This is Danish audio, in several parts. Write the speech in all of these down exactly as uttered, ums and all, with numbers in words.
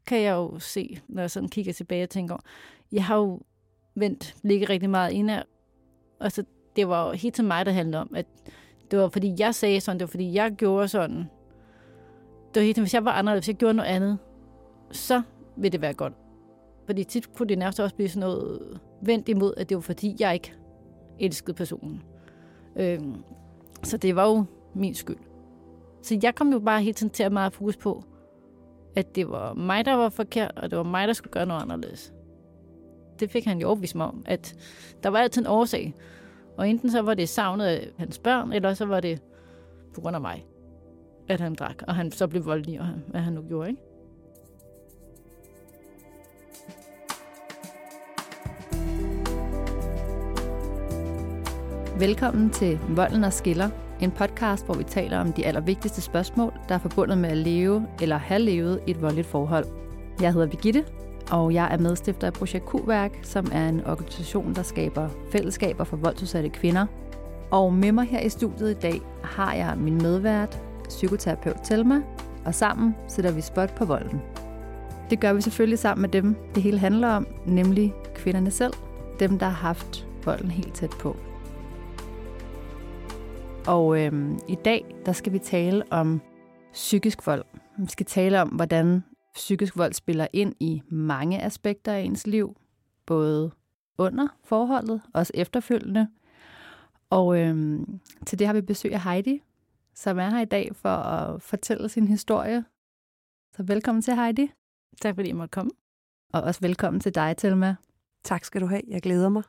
kan jeg jo se, når jeg sådan kigger tilbage og tænker, jeg har jo vendt blikket rigtig meget indad. Altså, det var jo helt til mig, der handlede om, at det var fordi, jeg sagde sådan, det var fordi, jeg gjorde sådan. Det var helt til, hvis jeg var anderledes, hvis jeg gjorde noget andet, så ville det være godt. Fordi tit kunne det nærmest også blive sådan noget vendt imod, at det var fordi, jeg ikke elskede personen. Øhm, så det var jo min skyld. Så jeg kom jo bare hele tiden til at meget fokus på, at det var mig, der var forkert, og det var mig, der skulle gøre noget anderledes. Det fik han jo overbevist mig om, at der var altid en årsag. Og enten så var det savnet af hans børn, eller så var det på grund af mig, at han drak, og han så blev voldelig, og hvad han nu gjorde, ikke? Velkommen til Volden og Skiller, en podcast, hvor vi taler om de allervigtigste spørgsmål, der er forbundet med at leve eller have levet i et voldeligt forhold. Jeg hedder Birgitte, og jeg er medstifter af Projekt Q-værk, som er en organisation, der skaber fællesskaber for voldsudsatte kvinder. Og med mig her i studiet i dag har jeg min medvært, psykoterapeut Thelma, og sammen sætter vi spot på volden. Det gør vi selvfølgelig sammen med dem, det hele handler om, nemlig kvinderne selv, dem der har haft volden helt tæt på. Og øhm, i dag, der skal vi tale om psykisk vold. Vi skal tale om, hvordan psykisk vold spiller ind i mange aspekter af ens liv. Både under forholdet, også efterfølgende. Og øhm, til det har vi besøg af Heidi, som er her i dag for at fortælle sin historie. Så velkommen til, Heidi. Tak fordi I måtte komme. Og også velkommen til dig, Thelma. Tak skal du have. Jeg glæder mig.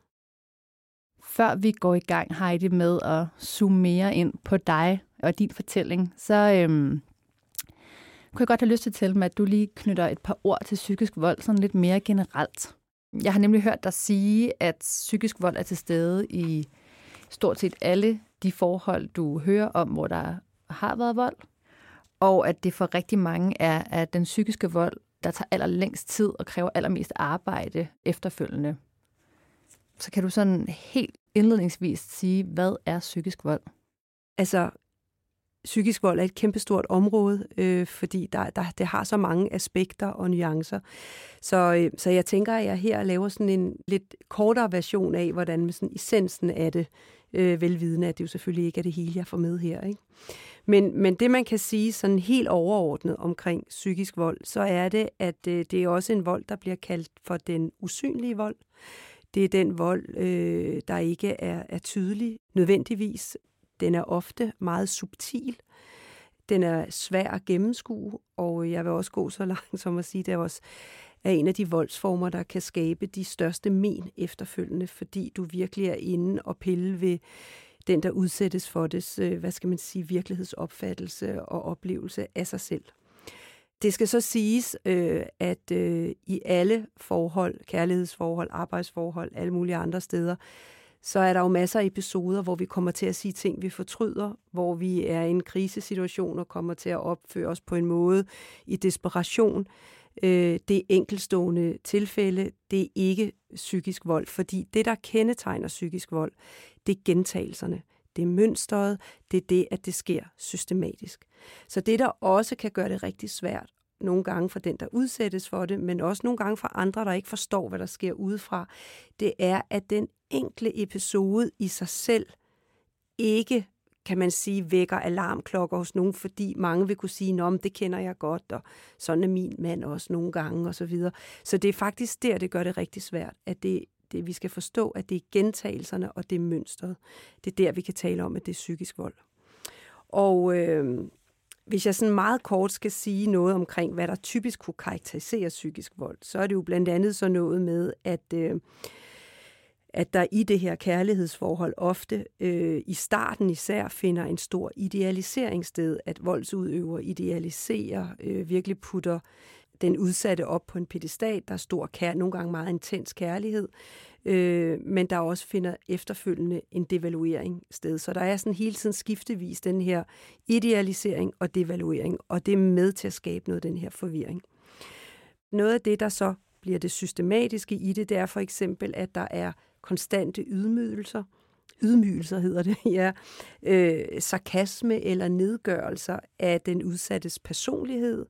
Før vi går i gang, Heidi, med at zoome mere ind på dig og din fortælling, så øhm, kunne jeg godt have lyst til at tælle mig, at du lige knytter et par ord til psykisk vold, sådan lidt mere generelt. Jeg har nemlig hørt dig sige, at psykisk vold er til stede i stort set alle de forhold, du hører om, hvor der har været vold, og at det for rigtig mange er, at den psykiske vold, der tager allerlængst tid og kræver allermest arbejde efterfølgende. Så kan du sådan helt indledningsvis sige, hvad er psykisk vold? Altså, psykisk vold er et kæmpestort område, øh, fordi der, der, det har så mange aspekter og nuancer. Så, øh, så jeg tænker, at jeg her laver sådan en lidt kortere version af, hvordan med sådan essensen af det, øh, velvidende, at det jo selvfølgelig ikke er det hele, jeg får med her, ikke? Men, men det, man kan sige sådan helt overordnet omkring psykisk vold, så er det, at øh, det er også en vold, der bliver kaldt for den usynlige vold. Det er den vold, øh, der ikke er, er tydelig nødvendigvis. Den er ofte meget subtil. Den er svær at gennemskue, og jeg vil også gå så langt som at sige, at det også er en af de voldsformer, der kan skabe de største men efterfølgende, fordi du virkelig er inde og pille ved den, der udsættes for det, hvad skal man sige, virkelighedsopfattelse og oplevelse af sig selv. Det skal så siges, øh, at øh, i alle forhold, kærlighedsforhold, arbejdsforhold, alle mulige andre steder, så er der jo masser af episoder, hvor vi kommer til at sige ting, vi fortryder, hvor vi er i en krisesituation og kommer til at opføre os på en måde i desperation. Øh, det er enkeltstående tilfælde, det er ikke psykisk vold, fordi det, der kendetegner psykisk vold, det er gentagelserne. Det er mønstret, det er det, at det sker systematisk. Så det, der også kan gøre det rigtig svært, nogle gange for den, der udsættes for det, men også nogle gange for andre, der ikke forstår, hvad der sker udefra, det er, at den enkelte episode i sig selv ikke, kan man sige, vækker alarmklokker hos nogen, fordi mange vil kunne sige, nå, men det kender jeg godt, og sådan er min mand også nogle gange, og så videre. Så det er faktisk der, det gør det rigtig svært, at det Det, vi skal forstå, at det er gentagelserne, og det er mønstret. Det er der, vi kan tale om, at det er psykisk vold. Og øh, hvis jeg sådan meget kort skal sige noget omkring, hvad der typisk kunne karakterisere psykisk vold, så er det jo blandt andet så noget med, at, øh, at der i det her kærlighedsforhold ofte øh, i starten især finder en stor idealisering sted, at voldsudøver idealiserer, øh, virkelig putter den udsatte op på en pedestal, der er stor kær, nogle gange meget intens kærlighed, øh, men der også finder efterfølgende en devaluering sted. Så der er sådan hele tiden skiftevis den her idealisering og devaluering, og det er med til at skabe noget af den her forvirring. Noget af det, der så bliver det systematiske i det, det er for eksempel, at der er konstante ydmygelser, ydmygelser hedder det, ja, øh, sarkasme eller nedgørelser af den udsattes personlighed,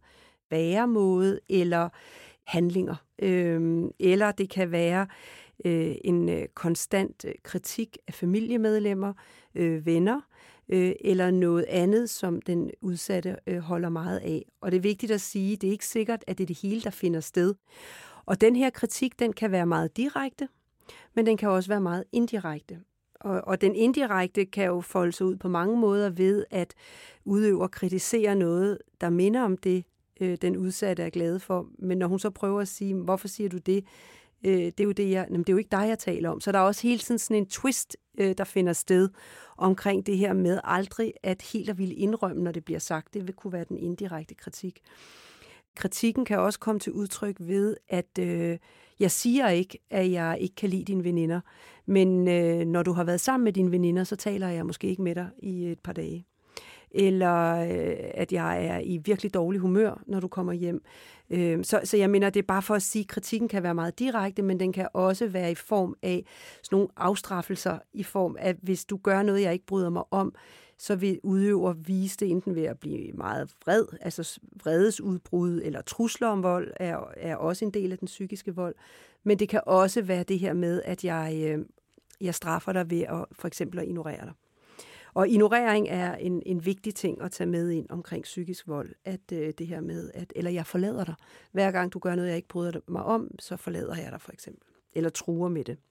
væremåde eller handlinger. Øh, eller det kan være øh, en øh, konstant kritik af familiemedlemmer, øh, venner, øh, eller noget andet, som den udsatte øh, holder meget af. Og det er vigtigt at sige, det er ikke sikkert, at det er det hele, der finder sted. Og den her kritik, den kan være meget direkte, men den kan også være meget indirekte. Og, og den indirekte kan jo folde sig ud på mange måder ved, at udøver kritiserer noget, der minder om det, øh, den udsatte er glad for. Men når hun så prøver at sige, hvorfor siger du det? Øh, det er jo det, jeg, jamen, det er jo ikke dig, jeg taler om. Så der er også hele tiden sådan en twist, øh, der finder sted omkring det her med aldrig at helt at ville indrømme, når det bliver sagt. Det vil kunne være den indirekte kritik. Kritikken kan også komme til udtryk ved, at øh, jeg siger ikke, at jeg ikke kan lide dine veninder, men øh, når du har været sammen med dine veninder, så taler jeg måske ikke med dig i et par dage. Eller øh, at jeg er i virkelig dårlig humør, når du kommer hjem. Øh, så, så jeg mener, det er bare for at sige, at kritikken kan være meget direkte, men den kan også være i form af sådan nogle afstraffelser, i form af, hvis du gør noget, jeg ikke bryder mig om, så vil udøver vise det enten ved at blive meget vred, altså vredesudbrud eller trusler om vold er, er også en del af den psykiske vold. Men det kan også være det her med, at jeg, øh, jeg straffer dig ved at for eksempel at ignorere dig. Og ignorering er en, en vigtig ting at tage med ind omkring psykisk vold, at øh, det her med, at eller jeg forlader dig. Hver gang du gør noget, jeg ikke bryder mig om, så forlader jeg dig for eksempel. Eller truer med det.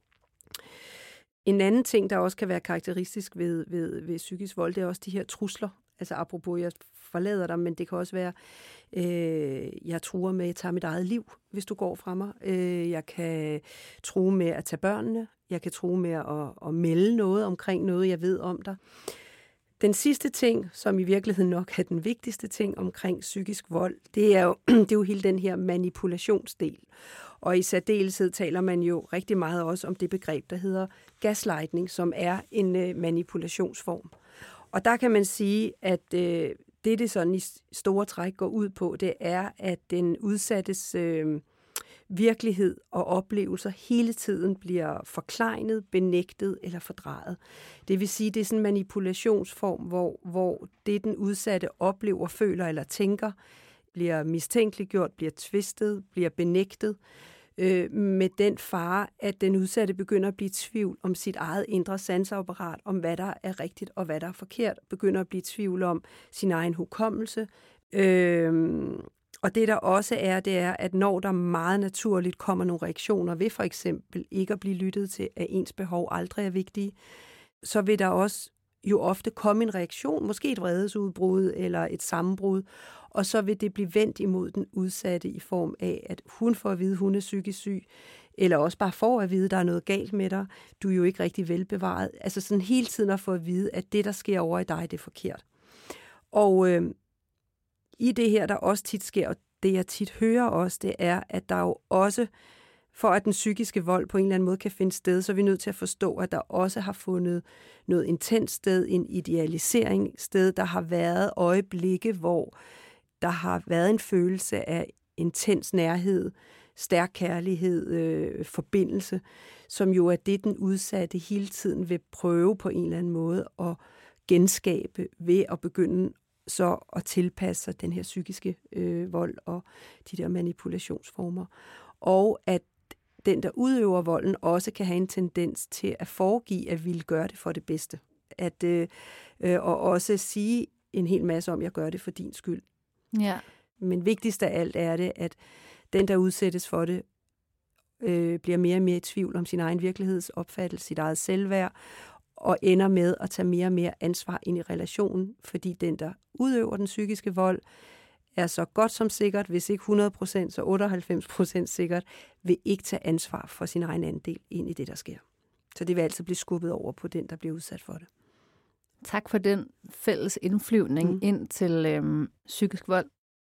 En anden ting, der også kan være karakteristisk ved, ved, ved psykisk vold, det er også de her trusler. Altså apropos, jeg forlader dig, men det kan også være, øh, jeg truer med at tage mit eget liv, hvis du går fra mig. Øh, jeg kan true med at tage børnene. Jeg kan true med at, at melde noget omkring noget, jeg ved om dig. Den sidste ting, som i virkeligheden nok er den vigtigste ting omkring psykisk vold, det er jo, det er jo hele den her manipulationsdel. Og i særdeleshed taler man jo rigtig meget også om det begreb, der hedder gaslightning, som er en øh, manipulationsform. Og der kan man sige, at øh, det, det sådan i store træk går ud på, det er, at den udsattes øh, virkelighed og oplevelser hele tiden bliver forklejnet, benægtet eller fordrejet. Det vil sige, det er sådan en manipulationsform, hvor, hvor det, den udsatte oplever, føler eller tænker, bliver mistænkeliggjort, bliver tvistet, bliver benægtet, øh, med den fare, at den udsatte begynder at blive i tvivl om sit eget indre sanseapparat, om hvad der er rigtigt og hvad der er forkert, begynder at blive i tvivl om sin egen hukommelse. Øh, og det der også er, det er, at når der meget naturligt kommer nogle reaktioner ved for eksempel ikke at blive lyttet til, at ens behov aldrig er vigtige, så vil der også jo ofte komme en reaktion, måske et vredesudbrud eller et sammenbrud, og så vil det blive vendt imod den udsatte i form af, at hun får at vide, at hun er psykisk syg, eller også bare får at vide, at der er noget galt med dig, du er jo ikke rigtig velbevaret. Altså sådan hele tiden at få at vide, at det, der sker over i dig, det er forkert. Og øh, i det her, der også tit sker, og det jeg tit hører også, det er, at der jo også, for at den psykiske vold på en eller anden måde kan finde sted, så er vi nødt til at forstå, at der også har fundet noget intens sted, en idealisering sted, der har været øjeblikke, hvor der har været en følelse af intens nærhed, stærk kærlighed, øh, forbindelse, som jo er det, den udsatte hele tiden vil prøve på en eller anden måde at genskabe ved at begynde så at tilpasse sig den her psykiske øh, vold og de der manipulationsformer. Og at den, der udøver volden, også kan have en tendens til at foregive, at ville gøre det for det bedste. At, øh, øh, og også sige en hel masse om, at jeg gør det for din skyld. Ja. Men vigtigst af alt er det, at den, der udsættes for det, øh, bliver mere og mere i tvivl om sin egen virkelighedsopfattelse, sit eget selvværd, og ender med at tage mere og mere ansvar ind i relationen, fordi den, der udøver den psykiske vold, er så godt som sikkert, hvis ikke hundrede procent, så otteoghalvfems procent sikkert, vil ikke tage ansvar for sin egen andel ind i det, der sker. Så det vil altid blive skubbet over på den, der bliver udsat for det. Tak for den fælles indflyvning mm. ind til øhm, psykisk vold.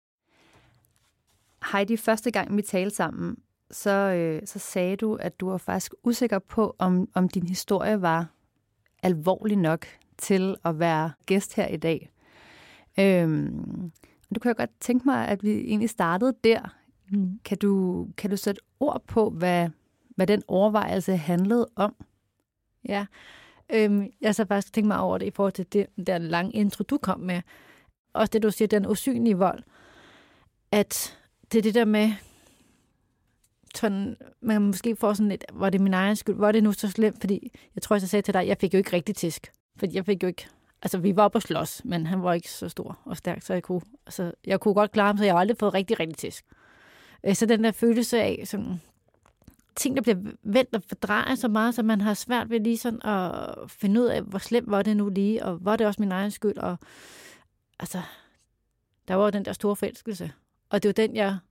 Heidi, første gang vi talte sammen, så, øh, så sagde du, at du var faktisk usikker på, om, om din historie var alvorlig nok til at være gæst her i dag. Øhm, du kan jo godt tænke mig, at vi egentlig startede der. Mm. Kan du, kan du sætte ord på, hvad, hvad den overvejelse handlede om? Ja, øhm, jeg så faktisk tænkt mig over det i forhold til det der lange intro, du kom med. Også det, du siger, den usynlige vold. at det er det der med, sådan, man måske får sådan lidt, var det min egen skyld, var det nu så slemt, fordi jeg tror, jeg sagde til dig, jeg fik jo ikke rigtig tisk, fordi jeg fik jo ikke, altså vi var på slås, men han var ikke så stor og stærk, så jeg kunne, altså, jeg kunne godt klare ham, så jeg har aldrig fået rigtig, rigtig tisk. Så den der følelse af, sådan, ting, der bliver vendt og fordrejet så meget, så man har svært ved lige sådan at finde ud af, hvor slemt var det nu lige, og var det også min egen skyld, og altså, der var den der store forelskelse, og det var den, jeg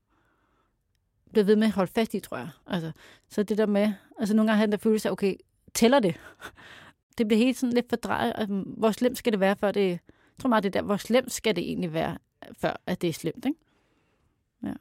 blev ved med at holde fast i, tror jeg. Altså, så det der med, altså nogle gange har den der følelse af, okay, tæller det? Det bliver helt sådan lidt fordrejet, altså, hvor slemt skal det være, før det, jeg tror meget det der, hvor slemt skal det egentlig være, før at det er slemt, ikke? Ja.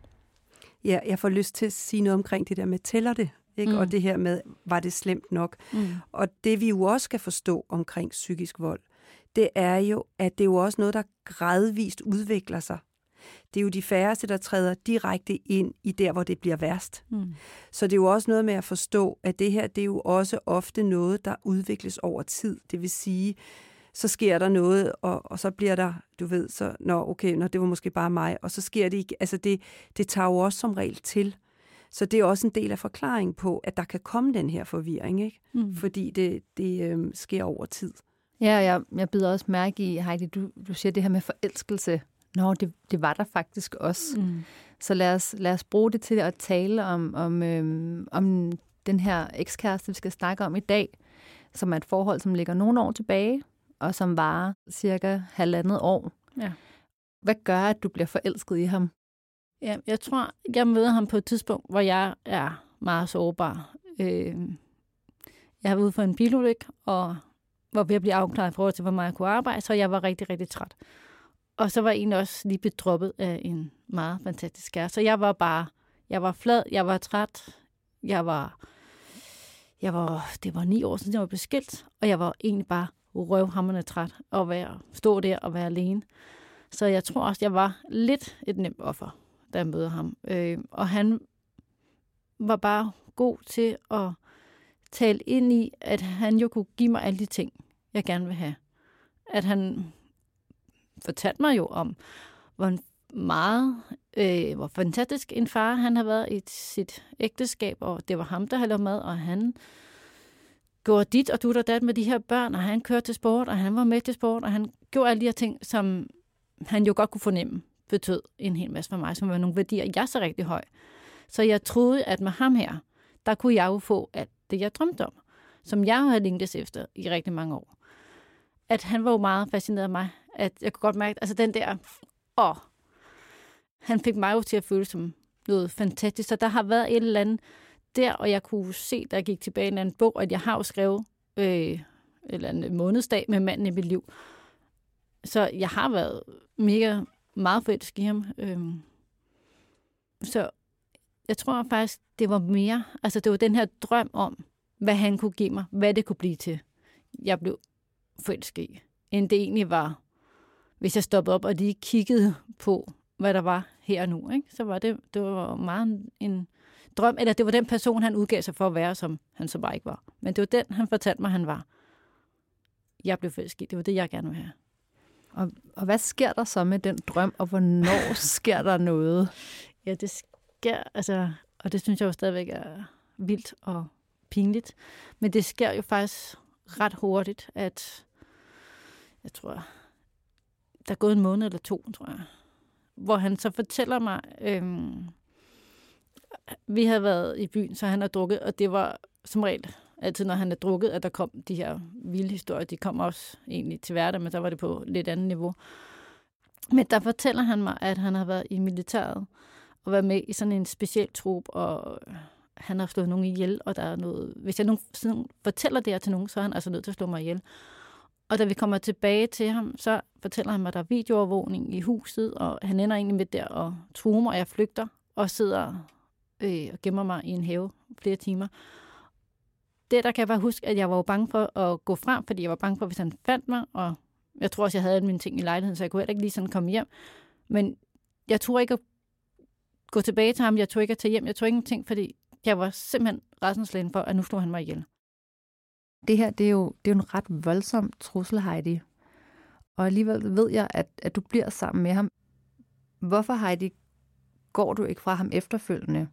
Ja, jeg får lyst til at sige noget omkring det der med, tæller det? Ikke? Mm. Og det her med, var det slemt nok? Mm. Og det vi jo også skal forstå omkring psykisk vold, det er jo, at det er jo også noget, der gradvist udvikler sig. Det er jo de færreste, der træder direkte ind i der, hvor det bliver værst. Mm. Så det er jo også noget med at forstå, at det her, det er jo også ofte noget, der udvikles over tid. Det vil sige, så sker der noget, og, og så bliver der, du ved, så, nå, okay, nå, det var måske bare mig, og så sker det ikke. Altså, det, det tager jo også som regel til. Så det er også en del af forklaringen på, at der kan komme den her forvirring, ikke? Mm. Fordi det, det øhm, sker over tid. Ja, jeg, jeg bider også mærke i, Heidi, du, du siger det her med forelskelse. Nå, det, det var der faktisk også. Mm. Så lad os, lad os bruge det til at tale om, om, øhm, om den her ekskæreste, vi skal snakke om i dag, som er et forhold, som ligger nogle år tilbage, og som varer cirka halvandet år. Ja. Hvad gør, at du bliver forelsket i ham? Ja, jeg tror, jeg møder ham på et tidspunkt, hvor jeg er meget sårbar. Øh, jeg har været ude for en bilulykke, og var ved at blive afklaret i forhold til, hvor meget jeg kunne arbejde, så jeg var rigtig, rigtig træt. Og så var jeg egentlig også lige bedroppet af en meget fantastisk kæreste. Så jeg var bare, jeg var flad, jeg var træt, jeg var, jeg var, det var ni år siden, jeg var blevet skilt, og jeg var egentlig bare røvhamrende træt at være, stå der og være alene. Så jeg tror også, jeg var lidt et nemt offer, da jeg mødte ham. Øh, og han var bare god til at tale ind i, at han jo kunne give mig alle de ting, jeg gerne vil have. At han fortalte mig jo om, hvor meget, øh, hvor fantastisk en far han har været i sit ægteskab, og det var ham, der havde lavet mad, og han gjorde dit og du der dat med de her børn, og han kørte til sport, og han var med til sport, og han gjorde alle de her ting, som han jo godt kunne fornemme, betød en hel masse for mig, som var nogle værdier, jeg så rigtig høj. Så jeg troede, at med ham her, der kunne jeg jo få alt det, jeg drømte om, som jeg havde længtes efter i rigtig mange år. At han var jo meget fascineret af mig, at jeg kunne godt mærke, altså den der, åh, han fik mig jo til at føle som noget fantastisk, så der har været et eller andet der, og jeg kunne se, da jeg gik tilbage i en anden bog, at jeg har jo skrevet øh, et eller andet månedsdag med manden i mit liv. Så jeg har været mega meget forelsket i ham. Øh. Så jeg tror faktisk, det var mere, altså det var den her drøm om, hvad han kunne give mig, hvad det kunne blive til. Jeg blev forelsket i, end det egentlig var, hvis jeg stoppede op og lige kiggede på, hvad der var her og nu, ikke? Så var det, det var meget en drøm, eller det var den person, han udgav sig for at være, som han så bare ikke var. Men det var den, han fortalte mig, han var. Jeg blev forelsket i, det var det, jeg gerne ville have. Og, og hvad sker der så med den drøm, og hvornår sker der noget? Ja, det sker, altså, og det synes jeg jo stadigvæk er vildt og pinligt, men det sker jo faktisk ret hurtigt, at jeg tror, der er gået en måned eller to, tror jeg, hvor han så fortæller mig, øhm, vi havde været i byen, så han har drukket, og det var som regel altid, når han har drukket, at der kom de her vilde historier. De kom også egentlig til hverdag, men så var det på lidt andet niveau. Men der fortæller han mig, at han har været i militæret og været med i sådan en speciel trup, og han har slået nogen ihjel, og der er noget... Hvis jeg nogen fortæller det her til nogen, så er han altså nødt til at slå mig ihjel. Og da vi kommer tilbage til ham, så fortæller han mig, at der er videoovervågning i huset, og han ender egentlig med der og truer mig, og jeg flygter og sidder øh, og gemmer mig i en have flere timer. Det der kan jeg bare huske, at jeg var jo bange for at gå frem, fordi jeg var bange for, hvis han fandt mig, og jeg tror også, jeg havde alle mine ting i lejligheden, så jeg kunne heller ikke lige sådan komme hjem. Men jeg tror ikke at gå tilbage til ham, jeg tror ikke at tage hjem, jeg tror ingenting, fordi jeg var simpelthen rædselsslagen for, at nu slog han mig ihjel. Det her, det er jo, det er jo en ret voldsom trussel, Heidi. Og alligevel ved jeg, at, at du bliver sammen med ham. Hvorfor, Heidi, går du ikke fra ham efterfølgende?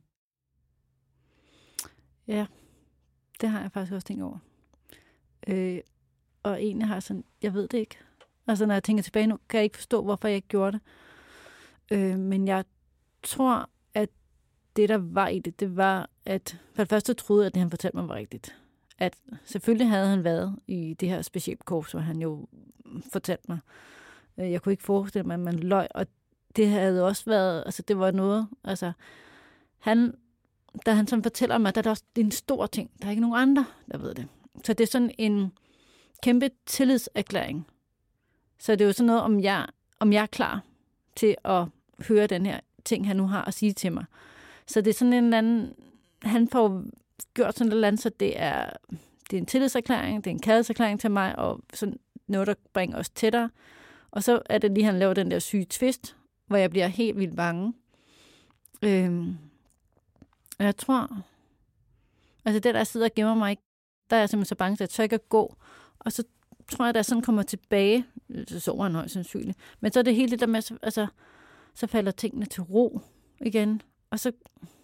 Ja, det har jeg faktisk også tænkt over. Øh, og egentlig har jeg sådan, jeg ved det ikke. Altså, når jeg tænker tilbage nu, kan jeg ikke forstå, hvorfor jeg ikke gjorde det. Øh, men jeg tror, at det, der var i det, det var, at for det første troede jeg, at det, han fortalte mig, var rigtigt. At selvfølgelig havde han været i det her specialkorps, hvor han jo fortalte mig. Jeg kunne ikke forestille mig, at man løg, og det havde også været, altså det var noget, altså han, da han sådan fortæller mig, at der er også det er en stor ting. Der er ikke nogen andre, der ved det. Så det er sådan en kæmpe tillidserklæring. Så det er jo sådan noget, om jeg, om jeg er klar til at høre den her ting, han nu har at sige til mig. Så det er sådan en eller anden, han får gjort sådan et eller andet, så det er, det er en tillidserklæring, det er en kærlighedserklæring til mig, og sådan noget, der bringer os tættere. Og så er det lige, han laver den der syge twist, hvor jeg bliver helt vildt bange. Øhm, og jeg tror, altså det, der sidder og gemmer mig, der er jeg simpelthen så bange, at jeg tør ikke at gå. Og så tror jeg, da jeg sådan kommer tilbage, så sover han højst sandsynligt. Men så er det hele det der med, altså, så falder tingene til ro igen. Og så,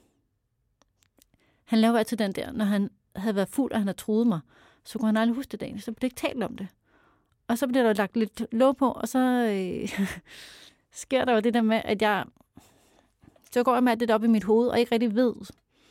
han laver altid den der, når han havde været fuld, og han havde troet mig, så kunne han aldrig huske det dagen, så blev det ikke talt om det. Og så bliver der lagt lidt låg på, og så øh, sker der jo det der med, at jeg, så går jeg med alt det op i mit hoved, og ikke rigtig ved,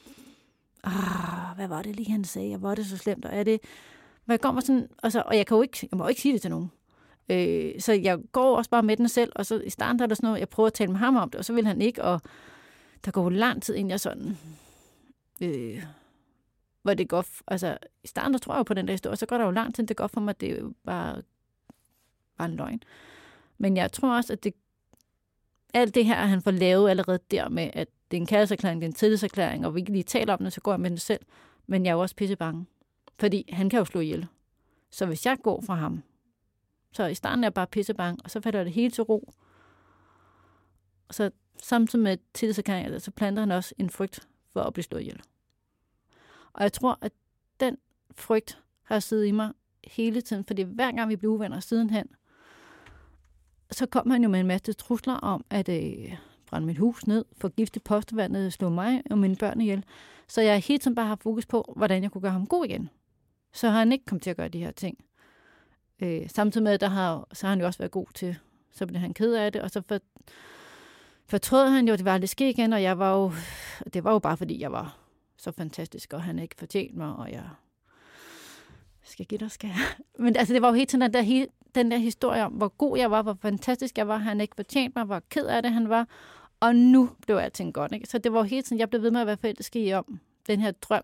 ah, hvad var det lige, han sagde, og hvor er det så slemt, og er det, hvad jeg går mig sådan, og, så, og jeg kan jo ikke, jeg må jo ikke sige det til nogen. Øh, så jeg går også bare med den selv, og så i starten der er der sådan noget, jeg prøver at tale med ham om det, og så vil han ikke, og der går lang tid, inden jeg sådan, øh, hvor det går, altså i starten der tror jeg jo på den der historie, så går der jo lang tid, det går for mig, at det er jo bare, bare en løgn. Men jeg tror også, at det, alt det her, han får lavet allerede der med, at det er en kærlighedserklæring, det er en tillidserklæring, og vi ikke lige taler om det, så går jeg med det selv. Men jeg er jo også pisse bange, fordi han kan jo slå ihjel. Så hvis jeg går fra ham, så i starten er jeg bare pisse bange, og så falder det hele til ro. Og så samtidig med tillidserklæringen, så planter han også en frygt for at blive slået ihjel. Og jeg tror, at den frygt har siddet i mig hele tiden, fordi hver gang vi blev uvenner sidenhen, så kom han jo med en masse trusler om, at øh, brænde mit hus ned, forgifte postvandet, slå mig og mine børn ihjel. Så jeg hele tiden bare har fokus på, hvordan jeg kunne gøre ham god igen. Så har han ikke kommet til at gøre de her ting. Øh, samtidig med, der har, så har han jo også været god til, så blev han ked af det, og så for, fortrød han jo, at det var aldrig ske igen, og jeg var jo, det var jo bare fordi, jeg var så fantastisk, og han ikke fortjente mig, og jeg skal give dig, skal jeg. Men altså, det var jo helt sådan, den der, den der historie om, hvor god jeg var, hvor fantastisk jeg var, han ikke fortjente mig, hvor ked af det han var, og nu blev alting godt, ikke? Så det var jo helt sådan, jeg blev ved med at være forelsket i om den her drøm.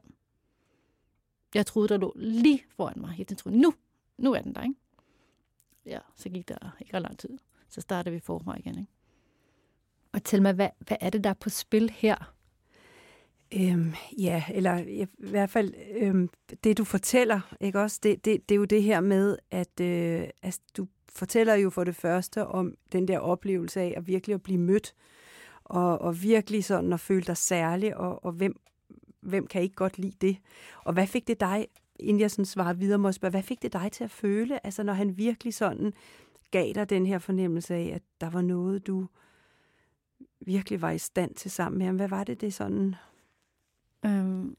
Jeg troede, der lå lige foran mig. Jeg troede, nu, nu er den der, ikke? Ja, så gik der ikke ret lang tid. Så startede vi forfra igen, ikke? Og Thelma, hvad, hvad er det, der er på spil her? Øhm, ja, eller i hvert fald øhm, det, du fortæller, ikke også? Det, det, det er jo det her med, at øh, altså, du fortæller jo for det første om den der oplevelse af at virkelig at blive mødt, og, og virkelig sådan at føle dig særlig, og, og hvem, hvem kan ikke godt lide det? Og hvad fik det dig, inden jeg sådan svarer videre, må jeg spørge, hvad fik det dig til at føle? Altså når han virkelig sådan gav dig den her fornemmelse af, at der var noget, du virkelig var i stand til sammen med ham. Hvad var det, det sådan? Øhm,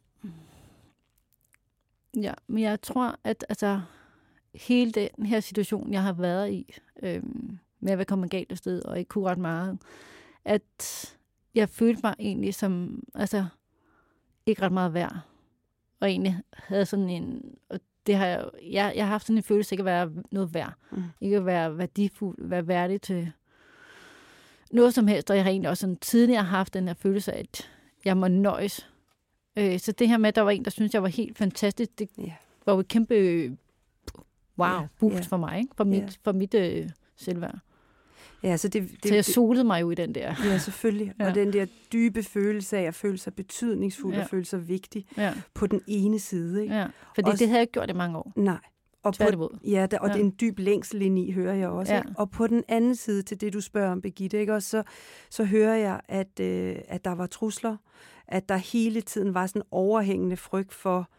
ja, men jeg tror, at altså, hele den her situation, jeg har været i, øhm, med at være kommet galt af sted, og ikke kunne ret meget, at jeg følte mig egentlig som, altså, ikke ret meget værd. Og egentlig havde sådan en, og det har jeg, jeg, jeg har haft sådan en følelse ikke at være noget værd. Mm. Ikke at være værdifuld, være værdig til noget som helst. Og jeg har egentlig også sådan tidligere haft den her følelse af, at jeg må nøjes. Øh, så det her med, at der var en, der syntes, jeg var helt fantastisk, det yeah. var jo et kæmpe wow, yeah. boost yeah. for mig, ikke? For mit, yeah. for mit øh, selvværd. Ja, så, det, det, så jeg solede mig jo i den der. Ja, selvfølgelig. Ja. Og den der dybe følelse af at føle sig betydningsfuld ja. og føle sig vigtig ja. på den ene side. Ikke? Ja, fordi også, det havde jeg ikke gjort i mange år. Nej. Og på, ja, der, og ja. det er en dyb længsel ind i, hører jeg også. Ja. Ikke? Og på den anden side til det, du spørger om, Birgitte, ikke? Også, så, så hører jeg, at, øh, at der var trusler, at der hele tiden var sådan overhængende frygt for,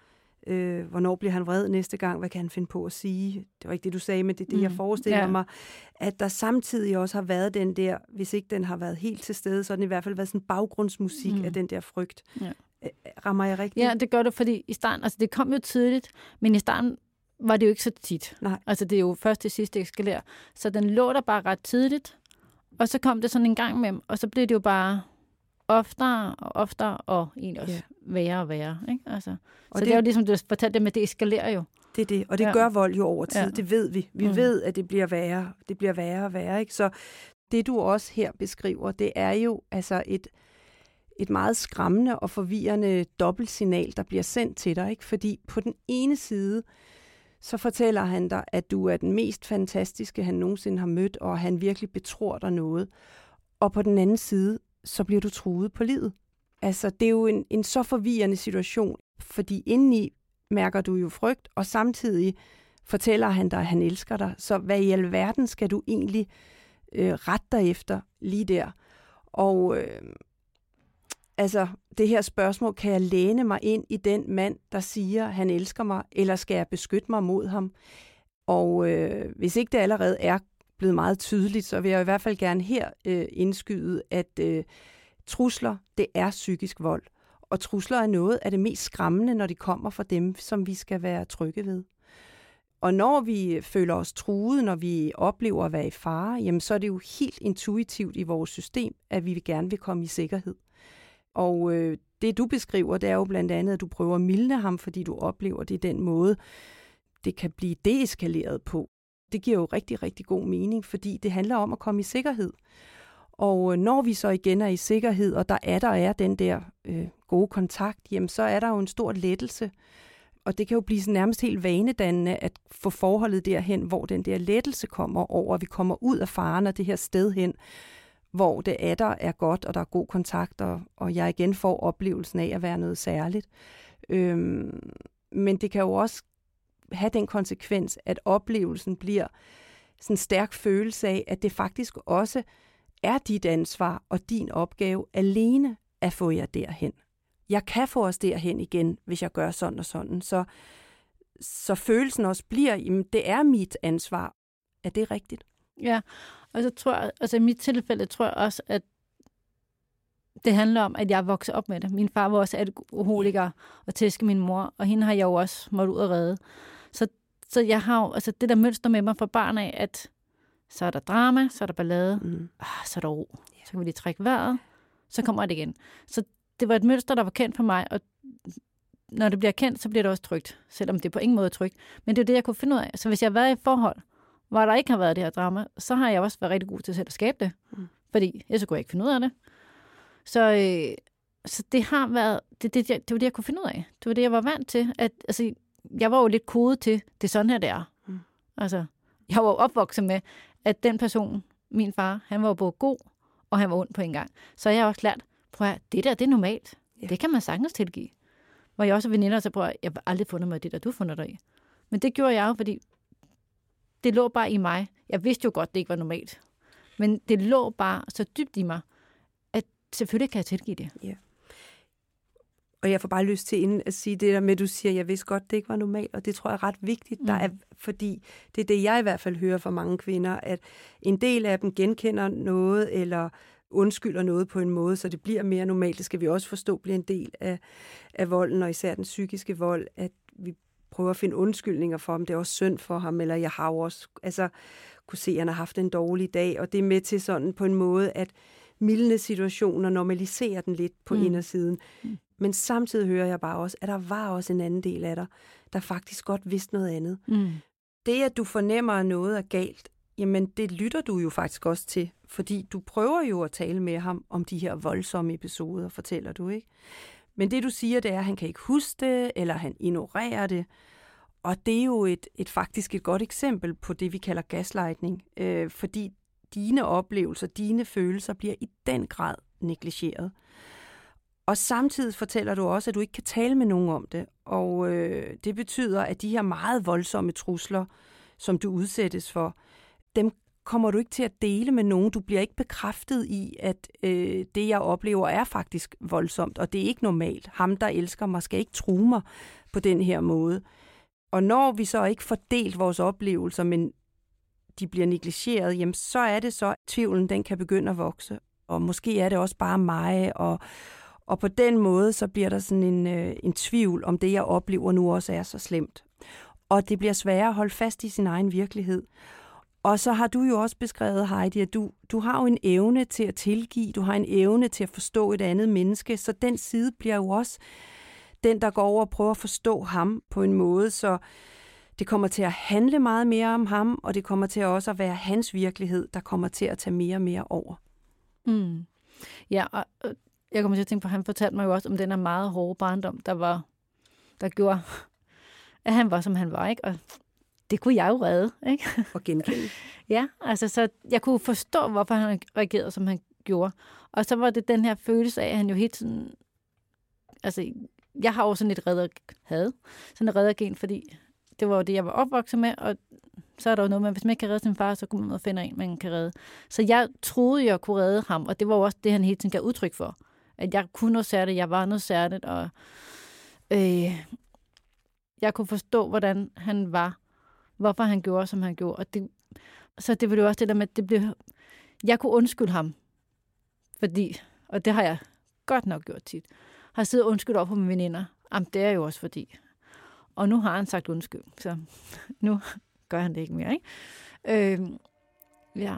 Øh, hvornår bliver han vred næste gang? Hvad kan han finde på at sige? Det var ikke det, du sagde, men det er det, mm. jeg forestiller ja. mig. At der samtidig også har været den der, hvis ikke den har været helt til stede, så har den i hvert fald været sådan baggrundsmusik mm. af den der frygt. Ja. Rammer jeg rigtigt? Ja, det gør det, fordi i starten, altså det kom jo tidligt, men i starten var det jo ikke så tit. Nej. Altså det er jo først til sidst, det eskalerer. Så den lå der bare ret tidligt, og så kom det sådan en gang med, og så blev det jo bare oftere og oftere, og egentlig også yeah. værre og værre. Ikke? Altså, og så det, det er jo ligesom, du fortalte det med, det eskalerer jo. Det er det, og det ja. gør vold jo over tid, ja. det ved vi. Vi mm. ved, at det bliver værre, det bliver værre og værre. Ikke? Så det, du også her beskriver, det er jo altså et, et meget skræmmende og forvirrende dobbeltsignal, der bliver sendt til dig. Ikke? Fordi på den ene side, så fortæller han dig, at du er den mest fantastiske, han nogensinde har mødt, og han virkelig betror dig noget. Og på den anden side, så bliver du truet på livet. Altså, det er jo en, en så forvirrende situation, fordi indeni mærker du jo frygt, og samtidig fortæller han dig, at han elsker dig. Så hvad i alverden skal du egentlig øh, rette dig efter lige der? Og øh, altså, det her spørgsmål, kan jeg læne mig ind i den mand, der siger, at han elsker mig, eller skal jeg beskytte mig mod ham? Og øh, hvis ikke det allerede er blevet meget tydeligt, så vil jeg i hvert fald gerne her øh, indskyde, at øh, trusler, det er psykisk vold. Og trusler er noget af det mest skræmmende, når de kommer fra dem, som vi skal være trygge ved. Og når vi føler os truet, når vi oplever at være i fare, jamen så er det jo helt intuitivt i vores system, at vi gerne vil komme i sikkerhed. Og øh, det du beskriver, det er jo blandt andet, at du prøver at mildne ham, fordi du oplever det den måde, det kan blive deeskaleret på. Det giver jo rigtig, rigtig god mening, fordi det handler om at komme i sikkerhed. Og når vi så igen er i sikkerhed, og der er der er den der øh, gode kontakt, jamen så er der jo en stor lettelse. Og det kan jo blive sådan nærmest helt vanedannende at få forholdet derhen, hvor den der lettelse kommer over, og vi kommer ud af faren og det her sted hen, hvor det er der er godt, og der er god kontakt, og, og jeg igen får oplevelsen af at være noget særligt. Øhm, men det kan jo også have den konsekvens, at oplevelsen bliver sådan en stærk følelse af, at det faktisk også er dit ansvar og din opgave alene at få jer derhen. Jeg kan få os derhen igen, hvis jeg gør sådan og sådan. Så, så følelsen også bliver, jamen det er mit ansvar. Er det rigtigt? Ja, og så tror jeg, altså i mit tilfælde tror jeg også, at det handler om, at jeg voksede op med det. Min far var også alkoholiker og tæske min mor, og hende har jeg jo også måttet ud og redde. Så, så jeg har jo, altså det der mønster med mig fra barn af, at så er der drama, så er der ballade, mm. ah, så er der ro. Så kan vi lige trække vejret, så kommer det igen. Så det var et mønster, der var kendt for mig, og når det bliver kendt, så bliver det også trygt, selvom det på ingen måde er trygt. Men det er det, jeg kunne finde ud af. Så hvis jeg har været i et forhold, hvor der ikke har været det her drama, så har jeg også været rigtig god til selv at skabe det. Mm. Fordi ellers kunne jeg ikke finde ud af det. Så, øh, så det har været, det, det, det, det var det, jeg kunne finde ud af. Det var det, jeg var vant til. At, altså, jeg var jo lidt kodet til, det er sådan her, det er. Mm. Altså, jeg var jo opvokset med, at den person, min far, han var jo både god, og han var ond på en gang. Så jeg har også lært, prøv at det der, det er normalt. Ja. Det kan man sagtens tilgive. Hvor jeg også er veninder, så prøver jeg har aldrig fundet mig i det der, du fundet dig i. Men det gjorde jeg jo, fordi det lå bare i mig. Jeg vidste jo godt, det ikke var normalt. Men det lå bare så dybt i mig, at selvfølgelig kan jeg tilgive det. Ja. Og jeg får bare lyst til inden at sige det der med, at du siger, jeg vidste godt, det ikke var normalt, og det tror jeg er ret vigtigt, mm. der er, fordi det er det, jeg i hvert fald hører fra mange kvinder, at en del af dem genkender noget, eller undskylder noget på en måde, så det bliver mere normalt. Det skal vi også forstå bliver en del af, af volden, og især den psykiske vold, at vi prøver at finde undskyldninger for ham. Det er også synd for ham, eller jeg har jo også altså, kunne se, at han har haft en dårlig dag, og det er med til sådan på en måde, at mildne situationer normaliserer den lidt på mm. indersiden. Mm. Men samtidig hører jeg bare også, at der var også en anden del af dig, der faktisk godt vidste noget andet. Mm. Det, at du fornemmer, at noget er galt, jamen det lytter du jo faktisk også til, fordi du prøver jo at tale med ham om de her voldsomme episoder, fortæller du, ikke? Men det, du siger, det er, at han kan ikke huske det, eller han ignorerer det. Og det er jo et, et faktisk et godt eksempel på det, vi kalder gaslightning, øh, fordi dine oplevelser, dine følelser bliver i den grad negligeret. Og samtidig fortæller du også, at du ikke kan tale med nogen om det. Og øh, det betyder, at de her meget voldsomme trusler, som du udsættes for, dem kommer du ikke til at dele med nogen. Du bliver ikke bekræftet i, at øh, det, jeg oplever, er faktisk voldsomt, og det er ikke normalt. Ham, der elsker mig, skal ikke true mig på den her måde. Og når vi så ikke får delt vores oplevelser, men de bliver negligeret, jamen så er det så, at tvivlen den kan begynde at vokse. Og måske er det også bare mig, og, og på den måde, så bliver der sådan en, øh, en tvivl, om det, jeg oplever nu også er så slemt. Og det bliver sværere at holde fast i sin egen virkelighed. Og så har du jo også beskrevet, Heidi, at du, du har jo en evne til at tilgive, du har en evne til at forstå et andet menneske, så den side bliver jo også den, der går over og prøver at forstå ham på en måde, så det kommer til at handle meget mere om ham, og det kommer til også at være hans virkelighed, der kommer til at tage mere og mere over. Mm. Ja, og jeg kommer til at tænke på, at han fortalte mig jo også om den her meget hårde barndom, der var, der gjorde, at han var, som han var, ikke? Og det kunne jeg jo redde, ikke? Og genkende. Ja, altså så jeg kunne forstå, hvorfor han reagerede, som han gjorde. Og så var det den her følelse af, at han jo helt sådan, altså jeg har jo sådan et redder, havde sådan et reddergen, fordi det var jo det, jeg var opvokset med, og så er der jo noget med, at hvis man ikke kan redde sin far, så kunne man ud finde en, man kan redde. Så jeg troede, jeg kunne redde ham, og det var jo også det, han hele tiden gav udtryk for. At jeg kunne noget særligt, jeg var noget særligt, og øh, jeg kunne forstå, hvordan han var, hvorfor han gjorde, som han gjorde. Og det, så det var jo også det der med, at det blev, jeg kunne undskylde ham, fordi, og det har jeg godt nok gjort tit, har siddet og undskyldt op på mine veninder. Jamen, det er jo også fordi. Og nu har han sagt undskyld, så nu gør han det ikke mere, ikke? Øh, ja.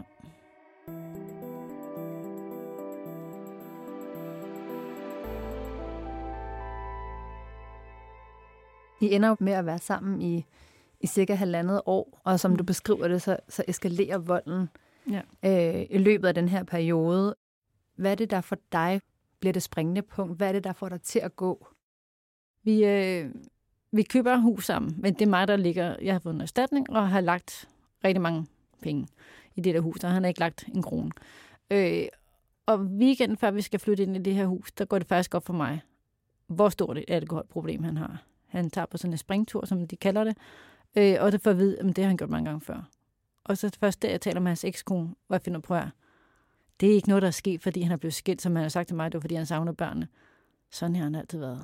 I ender med at være sammen i, i cirka halvandet år, og som mm. du beskriver det, så, så eskalerer volden ja. øh, i løbet af den her periode. Hvad er det, der for dig bliver det springende punkt? Hvad er det, der får dig til at gå? Vi, øh, vi køber hus sammen, men det er mig, der ligger. Jeg har fået en erstatning og har lagt rigtig mange penge i det der hus, og han har ikke lagt en krone. Øh, og weekenden før vi skal flytte ind i det her hus, der går det faktisk op for mig, hvor stort et alkoholproblem han har. Han tager på sådan en springtur, som de kalder det, øh, og det får at vide, at det har han gjort mange gange før. Og så først der, jeg taler med hans ekskone, hvor jeg finder på her. Det er ikke noget, der er sket, fordi han er blevet skilt, som han har sagt til mig, det var fordi han savner børnene. Sådan har han altid været.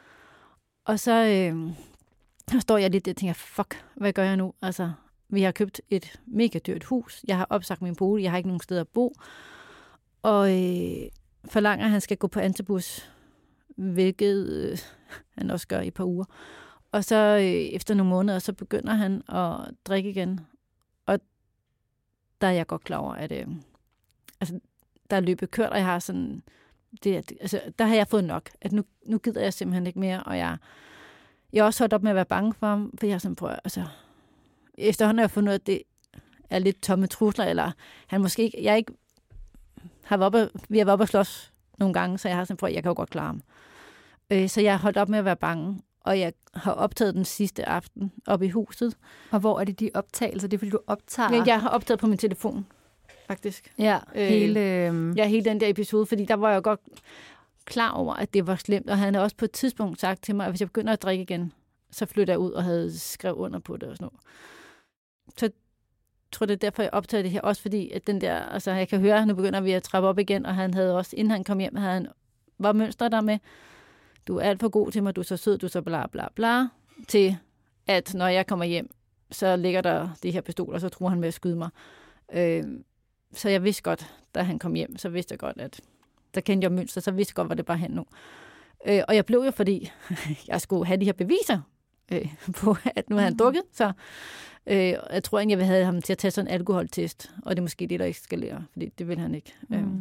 Og så øh, her står jeg lidt der og tænker, fuck, hvad gør jeg nu? Altså, vi har købt et mega dyrt hus. Jeg har opsagt min bolig. Jeg har ikke nogen sted at bo. Og øh, forlanger, at han skal gå på antibus, hvilket øh, han også gør i et par uger. Og så øh, efter nogle måneder, så begynder han at drikke igen. Og der er jeg godt klar over, at øh, altså, der er løbet kørt, og jeg har sådan... Det, altså, der har jeg fået nok. At nu, nu gider jeg simpelthen ikke mere, og jeg, jeg har også holdt op med at være bange for ham, for jeg har sådan prøvet, altså, efterhånden har jeg fundet ud af, at det er lidt tomme trusler, eller han måske ikke, jeg ikke har været oppe, vi har været oppe at slås nogle gange, så jeg har sådan prøvet, at jeg kan jo godt klare ham. Øh, så jeg har holdt op med at være bange, og jeg har optaget den sidste aften oppe i huset. Og hvor er det de optagelser? Det er, fordi du optager? Ja, jeg har optaget på min telefon, faktisk. Ja, hele... Øh... Ja, hele den der episode, fordi der var jeg godt klar over, at det var slemt, og han havde også på et tidspunkt sagt til mig, at hvis jeg begynder at drikke igen, så flytter jeg ud og havde skrevet under på det og sådan noget. Så jeg tror, det er derfor, jeg optager det her, også fordi, at den der, altså jeg kan høre, at nu begynder vi at trappe op igen, og han havde også, inden han kom hjem, havde han, var mønster der med, du er alt for god til mig, du er så sød, du er så bla bla bla, til at når jeg kommer hjem, så ligger der de her pistoler, så tror han med at skyde mig. Øh, så jeg vidste godt, da han kom hjem, så vidste jeg godt, at der kendte jeg mønster, så vidste jeg godt, hvor det bare hen nu. Øh, og jeg blev jo, fordi jeg skulle have de her beviser øh, på, at nu havde han drukket, så øh, jeg tror egentlig, jeg ville have ham til at tage sådan en alkoholtest, og det er måske det, der ikke skal lære, fordi det vil han ikke. Mm. Øh.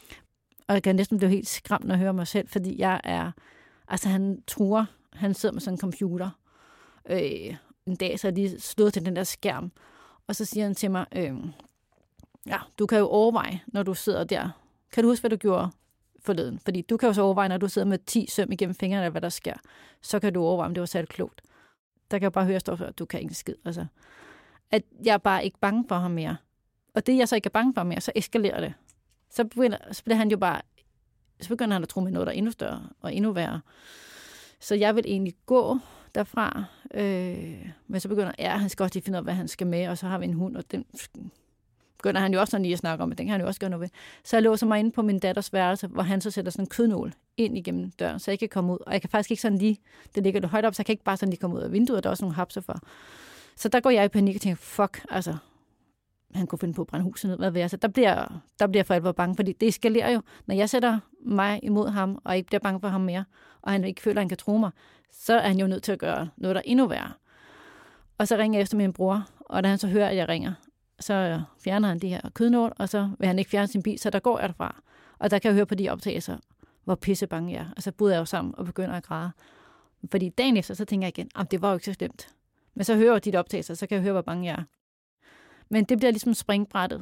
Og jeg kan næsten blive helt skræmt, når jeg hører mig selv, fordi jeg er, altså han truer, han sidder med sådan en computer. Øh, en dag, så er de slået til den der skærm, og så siger han til mig, øh, ja, du kan jo overveje, når du sidder der. Kan du huske, hvad du gjorde forleden? Fordi du kan jo så overveje, når du sidder med ti søm igennem fingrene, eller hvad der sker, så kan du overveje, om det var særligt klogt. Der kan jeg bare høre, at du kan ikke skid. Altså, at jeg er bare ikke bange for ham mere. Og det, jeg så ikke er bange for mere, så eskalerer det. Så, begynder, så bliver han jo bare, så begynder han at tro med noget, der er endnu større og endnu værre. Så jeg vil egentlig gå derfra, øh, men så begynder, ja, han skal også lige finde ud af, hvad han skal med, og så har vi en hund, og den begynder han jo også sådan lige at snakke om, at den kan han jo også gøre noget ved. Så jeg låser mig inde på min datters værelse, hvor han så sætter sådan en kødnål ind igennem døren, så jeg kan komme ud. Og jeg kan faktisk ikke sådan lige, det ligger lidt højt op, så jeg kan ikke bare sådan lige komme ud af vinduet, der er også nogle hapser for. Så der går jeg i panik og tænker, fuck, altså, han kunne finde på at brænde huset ned, hvad ved jeg. Så der bliver, der bliver for alvor bange, fordi det eskalerer jo. Når jeg sætter mig imod ham, og ikke bliver bange for ham mere, og han ikke føler, at han kan tro mig, så er han jo nødt til at gøre noget, der er endnu værre. Og så ringer jeg efter min bror, og da han så hører, at jeg ringer, så fjerner han det her kødnål, og så vil han ikke fjerne sin bil, så der går jeg derfra. Og der kan jeg høre på de optagelser, hvor pisse bange jeg er. Og så bryder jeg jo sammen og begynder at græde. Fordi dagen efter, så tænker jeg igen, at det var jo ikke så slemt. Men så hører jeg de optagelser, så kan jeg høre, hvor bange jeg er. Men det bliver ligesom springbrættet.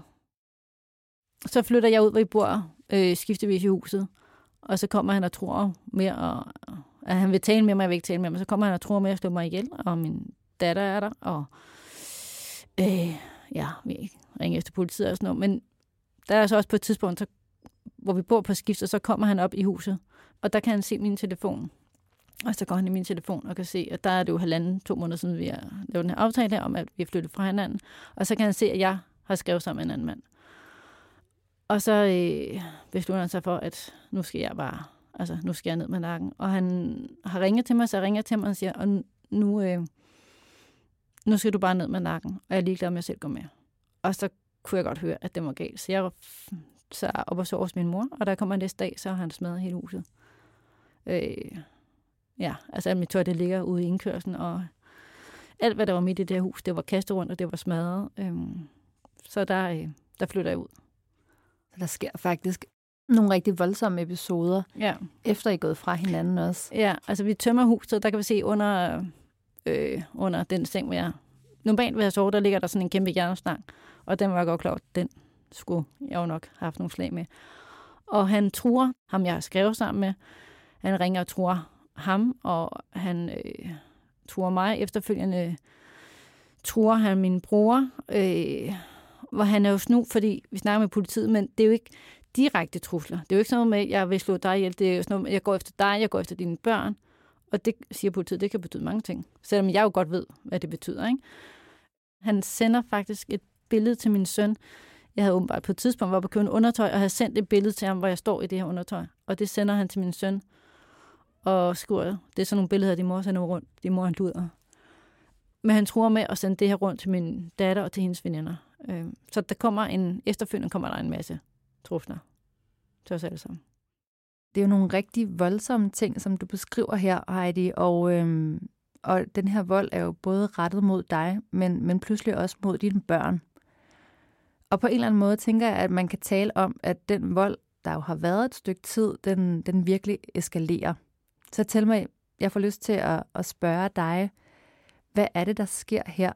Så flytter jeg ud, hvor I bor, øh, skiftevis i huset. Og så kommer han og tror mere, og, at han vil tale med mig, jeg vil ikke tale med mig. Så kommer han og tror med at slå mig ihjel, og min datter er der, og øh, ja, vi ringer efter politiet og sådan noget. Men der er så også på et tidspunkt, så, hvor vi bor på skift, og så kommer han op i huset, og der kan han se min telefon. Og så går han i min telefon og kan se, at der er det jo halvanden, to måneder siden, vi har lavet den her aftale her, om at vi har flyttet fra hinanden. Og så kan han se, at jeg har skrevet sammen med en anden mand. Og så øh, beslutter han sig for, at nu skal jeg bare, altså nu skal jeg ned med nakken. Og han har ringet til mig, så jeg ringer til mig og siger, og nu, øh, nu skal du bare ned med nakken, og jeg er ligeglad med, at jeg selv går med. Og så kunne jeg godt høre, at det var galt. Så jeg så op og så hos min mor, og der kommer næste dag, så har han smadret hele huset. Øh, ja, altså alt mit tøj, det ligger ude i indkørslen, og alt, hvad der var midt i det her hus, det var kastet rundt, og det var smadret. Øh, så der, øh, der flytter jeg ud. Så der sker faktisk nogle rigtig voldsomme episoder, ja. Efter I er gået fra hinanden også. Ja, altså vi tømmer huset, der kan vi se under, øh, under den seng, hvor jeg normalt ved at sove, der ligger der sådan en kæmpe jernstang, og den var jeg godt klar, den skulle jeg jo nok have haft nogle slag med. Og han truer ham, jeg har skrevet sammen med. Han ringer og truer ham, og han øh, truer mig. Efterfølgende truer han min bror, øh, hvor han er jo snu, fordi vi snakker med politiet, men det er jo ikke direkte trusler. Det er jo ikke sådan noget med, at jeg vil slå dig ihjel. Det er jo sådan noget med, at jeg går efter dig, jeg går efter dine børn. Og det siger politiet, det kan betyde mange ting. Selvom jeg jo godt ved, hvad det betyder. Ikke? Han sender faktisk et billede til min søn. Jeg havde åbenbart på et tidspunkt været på at købe en undertøj, og havde sendt et billede til ham, hvor jeg står i det her undertøj. Og det sender han til min søn. Og skriver, det er sådan nogle billeder, de mor sender rundt. De mor han luder. Men han tror med at sende det her rundt til min datter og til hendes veninder. Så der kommer en, efterfølgende kommer der en masse trusler til os alle sammen. Det er jo nogle rigtig voldsomme ting, som du beskriver her, Heidi, og, øhm, og den her vold er jo både rettet mod dig, men, men pludselig også mod dine børn. Og på en eller anden måde tænker jeg, at man kan tale om, at den vold, der jo har været et stykke tid, den, den virkelig eskalerer. Så tæl mig, jeg får lyst til at, at spørge dig, hvad er det, der sker her?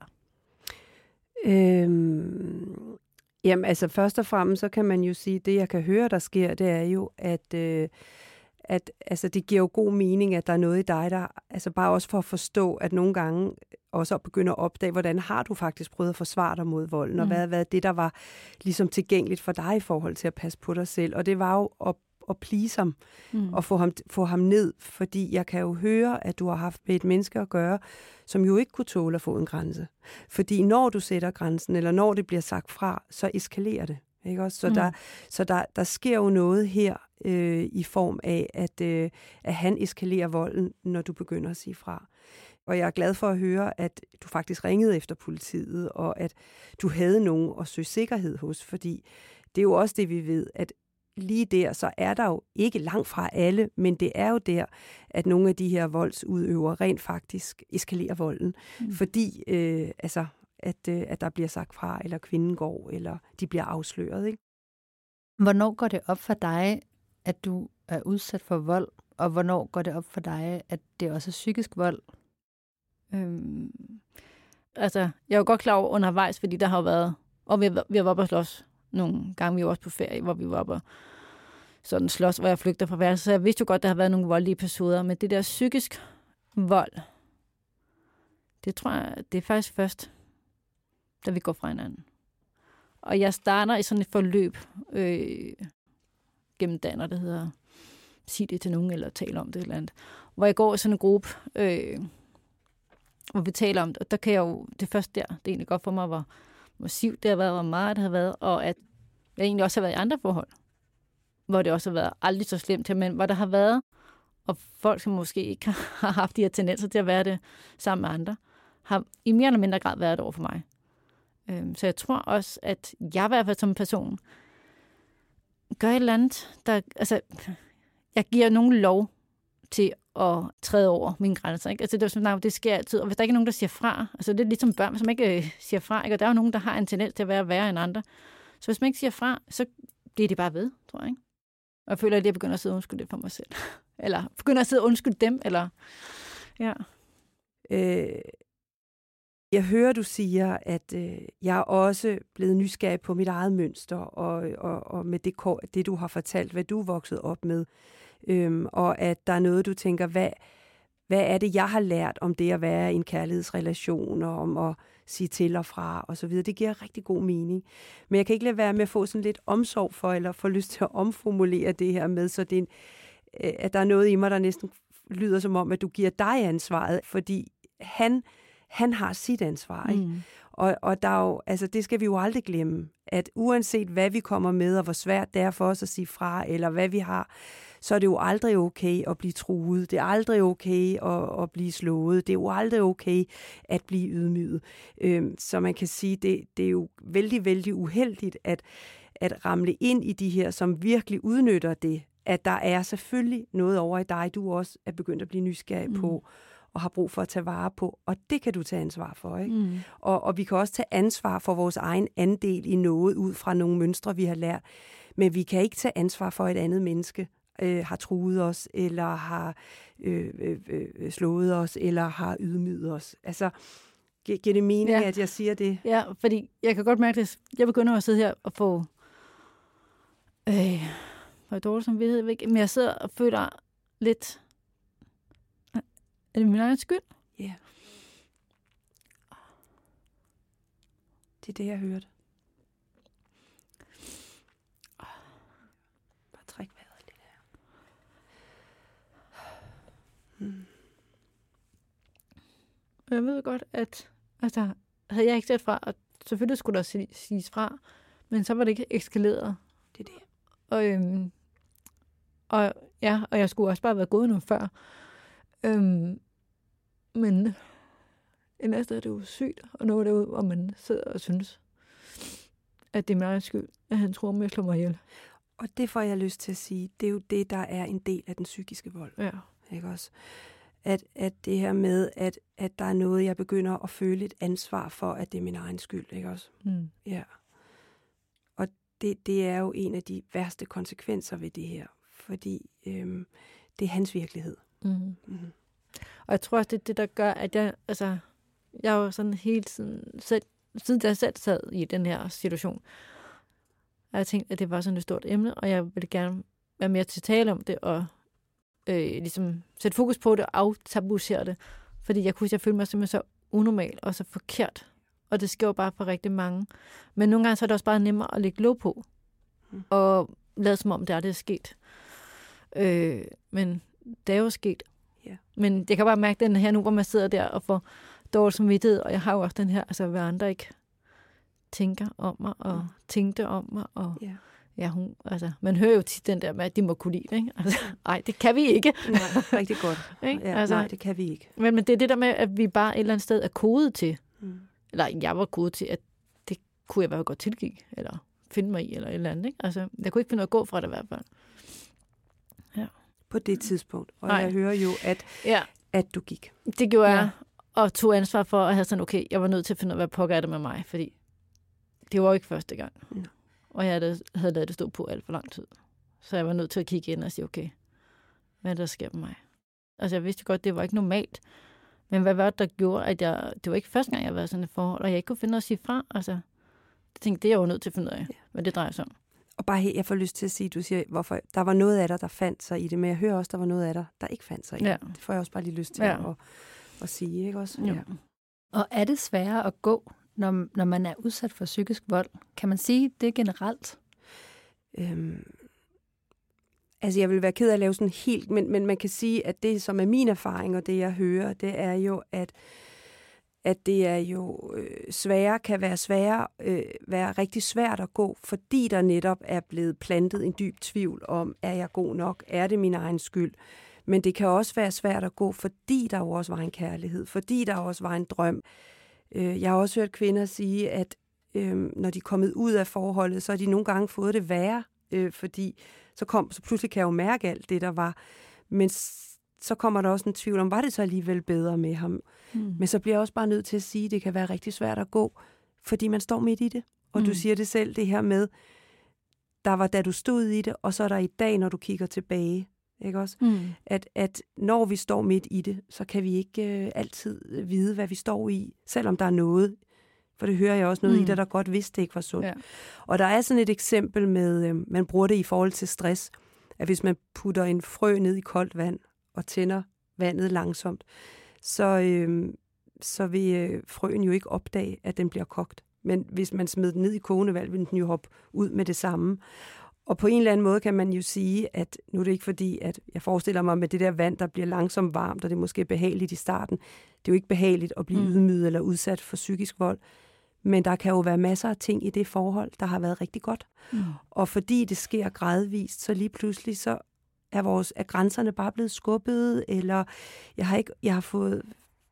Øhm, jamen, altså først og fremmest, så kan man jo sige, det jeg kan høre, der sker, det er jo, at, øh, at altså, det giver jo god mening, at der er noget i dig, der, altså bare også for at forstå, at nogle gange også at begynde at opdage, hvordan har du faktisk prøvet at forsvare dig mod volden, mm. og hvad, hvad det, der var ligesom tilgængeligt for dig i forhold til at passe på dig selv. Og det var jo at og please ham, mm. og få ham, få ham ned, fordi jeg kan jo høre, at du har haft med et menneske at gøre, som jo ikke kunne tåle at få en grænse. Fordi når du sætter grænsen, eller når det bliver sagt fra, så eskalerer det. Ikke også? Så, mm. der, så der, der sker jo noget her øh, i form af, at, øh, at han eskalerer volden, når du begynder at sige fra. Og jeg er glad for at høre, at du faktisk ringede efter politiet, og at du havde nogen at søge sikkerhed hos, fordi det er jo også det, vi ved, at lige der, så er der jo ikke langt fra alle, men det er jo der, at nogle af de her voldsudøvere rent faktisk eskalerer volden, mm. fordi øh, altså, at, øh, at der bliver sagt fra, eller kvinden går, eller de bliver afsløret. Ikke? Hvornår går det op for dig, at du er udsat for vold, og hvornår går det op for dig, at det også er psykisk vold? Øhm, altså, jeg er jo godt klar over undervejs, fordi der har været, og vi har, vi har været oppe og slås nogle gange, vi var også på ferie, hvor vi var oppe og sådan slås, hvor jeg flygter fra værelset. Så jeg vidste jo godt, der har været nogle voldelige episoder, men det der psykisk vold, det tror jeg, det er faktisk først, da vi går fra hinanden. Og jeg starter i sådan et forløb øh, gennem dagen, der hedder sig det til nogen, eller tale om det eller andet. Hvor jeg går i sådan en gruppe, øh, hvor vi taler om det, og der kan jeg jo, det første der, det er egentlig godt for mig, hvor massivt det har været, hvor meget det har været, og at jeg egentlig også har været i andre forhold, hvor det også har været aldrig så slemt til, men hvor der har været, og folk, som måske ikke har haft de her tendenser til at være det sammen med andre, har i mere eller mindre grad været det over for mig. Øhm, så jeg tror også, at jeg i hvert fald som person gør et eller andet, der, altså, jeg giver nogen lov til at træde over mine grænser. Ikke? Altså, det er sådan, nej, det sker altid. Og hvis der ikke er nogen, der siger fra, altså det er ligesom børn, som ikke øh, siger fra, ikke? Og der er jo nogen, der har en tendens til at være værre end andre. Så hvis man ikke siger fra, så bliver det bare ved, tror jeg. Ikke? Og jeg føler, at jeg begynder at sidde og undskylde det for mig selv. Eller begynder at sidde og undskylde dem, eller ja. Øh, jeg hører, du siger, at øh, jeg er også blevet nysgerrig på mit eget mønster, og, og, og med det, det, du har fortalt, hvad du er vokset op med. Øhm, og at der er noget, du tænker, hvad, hvad er det, jeg har lært om det at være i en kærlighedsrelation, og om at sige til og fra, og så videre. Det giver rigtig god mening. Men jeg kan ikke lade være med at få sådan lidt omsorg for, eller få lyst til at omformulere det her med, så det er en, øh, at der er noget i mig, der næsten lyder som om, at du giver dig ansvaret, fordi han, han har sit ansvar, ikke? Mm. Og, og der er jo, altså det skal vi jo aldrig glemme, at uanset hvad vi kommer med, og hvor svært det er for os at sige fra, eller hvad vi har, så er det jo aldrig okay at blive truet. Det er aldrig okay at, at blive slået. Det er jo aldrig okay at blive ydmyget. Øhm, så man kan sige, det, det er jo vældig, vældig uheldigt at, at ramle ind i de her, som virkelig udnytter det, at der er selvfølgelig noget over i dig, du også er begyndt at blive nysgerrig mm. på, og har brug for at tage vare på, og det kan du tage ansvar for, ikke? Mm. Og, og vi kan også tage ansvar for vores egen andel i noget, ud fra nogle mønstre, vi har lært, men vi kan ikke tage ansvar for, at et andet menneske øh, har truet os, eller har øh, øh, øh, slået os, eller har ydmyget os. Altså, gi- giver det mening, ja. At jeg siger det? Ja, fordi jeg kan godt mærke det. Jeg begynder at sidde her og få øh, hvor dårligt som vi ved, men jeg sidder og føler lidt. Er det min egen skyld? Ja. Yeah. Det er det, jeg hørte. Bare træk vejret lidt her. Hmm. Jeg ved godt, at altså, havde jeg ikke set fra, og selvfølgelig skulle der siges fra, men så var det ikke eskaleret. Det er det. Og, øhm, og, ja, og jeg skulle også bare være gået noget før. Øhm, men ellers er det jo sygt, og nå derude, hvor man sidder og synes, at det er mig skyld, at han tror, at jeg slår mig ihjel. Og det får jeg lyst til at sige, det er jo det, der er en del af den psykiske vold. Ja. Ikke også? At, at det her med, at, at der er noget, jeg begynder at føle et ansvar for, at det er min egen skyld, ikke også? Mm. Ja. Og det, det er jo en af de værste konsekvenser ved det her, fordi øhm, det er hans virkelighed. Mm. Mm. Og jeg tror også, det er det, der gør, at jeg, altså, jeg er jo sådan hele tiden, selv, siden jeg selv sad i den her situation, og jeg tænkte, at det var sådan et stort emne, og jeg ville gerne være mere til at tale om det, og øh, ligesom sætte fokus på det, og aftabuisere det, fordi jeg kunne jeg følte mig simpelthen så unormal og så forkert, og det sker jo bare for rigtig mange. Men nogle gange så er det også bare nemmere at lægge låg på, mm. og lade som om det er det er sket. Øh, men det er jo sket. Yeah. Men jeg kan bare mærke den her nu, hvor man sidder der og får dårlig samvittighed, og jeg har jo også den her, altså hvad andre ikke tænker om mig, og mm. tænkte om mig, og yeah. ja, hun, altså, man hører jo tit den der med, at de må kunne lide det, ikke? Altså, ej, det kan vi ikke. Nej, rigtig godt. Ikke? Ja, altså, nej, det kan vi ikke. Men, men det er det der med, at vi bare et eller andet sted er kodet til, mm. eller jeg var kodet til, at det kunne jeg bare godt tilgive, eller finde mig i, eller et eller andet, ikke? Altså, jeg kunne ikke finde noget at gå fra det i hvert fald. Ja. På det tidspunkt. Og Nej. Jeg hører jo, at, ja. at du gik. Det gjorde ja. jeg, og tog ansvar for at have sådan, okay, jeg var nødt til at finde ud af, hvad pokker er det med mig, fordi det var jo ikke første gang. Mm. Og jeg havde, havde ladet det stå på alt for lang tid. Så jeg var nødt til at kigge ind og sige, okay, hvad der sker med mig? Altså jeg vidste godt, det var ikke normalt. Men hvad var det, der gjorde, at jeg, det var ikke første gang, jeg var sådan et forhold, og jeg ikke kunne finde noget at sige fra. Altså, jeg tænkte, det er jeg jo nødt til at finde ud af, ja. hvad det drejer sig om. Og bare helt, jeg får lyst til at sige, du siger, hvorfor der var noget af dig, der fandt sig i det, men jeg hører også, der var noget af dig, der ikke fandt sig i ja. det. Det får jeg også bare lige lyst til ja. at, at sige, ikke også? Ja. Og er det sværere at gå, når, når man er udsat for psykisk vold? Kan man sige det generelt? Øhm, altså, jeg vil være ked af at lave sådan helt, men, men man kan sige, at det, som er min erfaring, og det, jeg hører, det er jo, at, at det er jo øh, svære, kan være svære, øh, være rigtig svært at gå, fordi der netop er blevet plantet en dyb tvivl om, er jeg god nok? Er det min egen skyld? Men det kan også være svært at gå, fordi der jo også var en kærlighed, fordi der også var en drøm. Øh, jeg har også hørt kvinder sige, at øh, når de er kommet ud af forholdet, så har de nogle gange fået det værre, øh, fordi så, kom, så pludselig kan jeg jo mærke alt det, der var. Men så kommer der også en tvivl om, var det så alligevel bedre med ham? Mm. Men så bliver jeg også bare nødt til at sige, at det kan være rigtig svært at gå, fordi man står midt i det. Og mm. du siger det selv, det her med, der var da du stod i det, og så er der i dag, når du kigger tilbage. Ikke også? Mm. At, at når vi står midt i det, så kan vi ikke øh, altid vide, hvad vi står i, selvom der er noget. For det hører jeg også noget mm. i dig, der godt vidste, det ikke var sundt. Ja. Og der er sådan et eksempel med, øh, man bruger det i forhold til stress, at hvis man putter en frø ned i koldt vand, og tænder vandet langsomt, så, øh, så vil øh, frøen jo ikke opdage, at den bliver kogt. Men hvis man smider den ned i kogende vand, vil den jo hoppe ud med det samme. Og på en eller anden måde kan man jo sige, at nu er det ikke fordi, at jeg forestiller mig med det der vand, der bliver langsomt varmt, og det er måske behageligt i starten. Det er jo ikke behageligt at blive mm. ydmyget eller udsat for psykisk vold. Men der kan jo være masser af ting i det forhold, der har været rigtig godt. Mm. Og fordi det sker gradvist, så lige pludselig så er, vores, er grænserne bare blevet skubbet, eller jeg har, ikke, jeg har fået,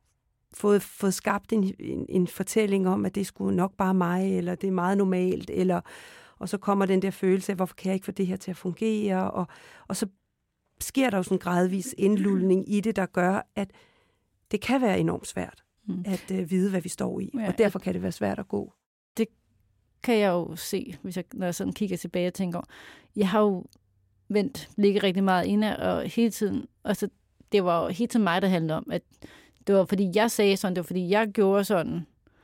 fået, fået skabt en, en, en fortælling om, at det skulle nok bare mig, eller det er meget normalt, eller, og så kommer den der følelse af, hvorfor kan jeg ikke få det her til at fungere, og, og så sker der jo sådan en gradvis indlulning i det, der gør, at det kan være enormt svært mm. at uh, vide, hvad vi står i, ja, og derfor kan det være svært at gå. Det kan jeg jo se, hvis jeg, når jeg sådan kigger tilbage og tænker, jeg har jo vendt ligge rigtig meget inde, og hele tiden, altså det var jo hele tiden mig, der handlede om, at det var fordi jeg sagde sådan, det var fordi jeg gjorde sådan.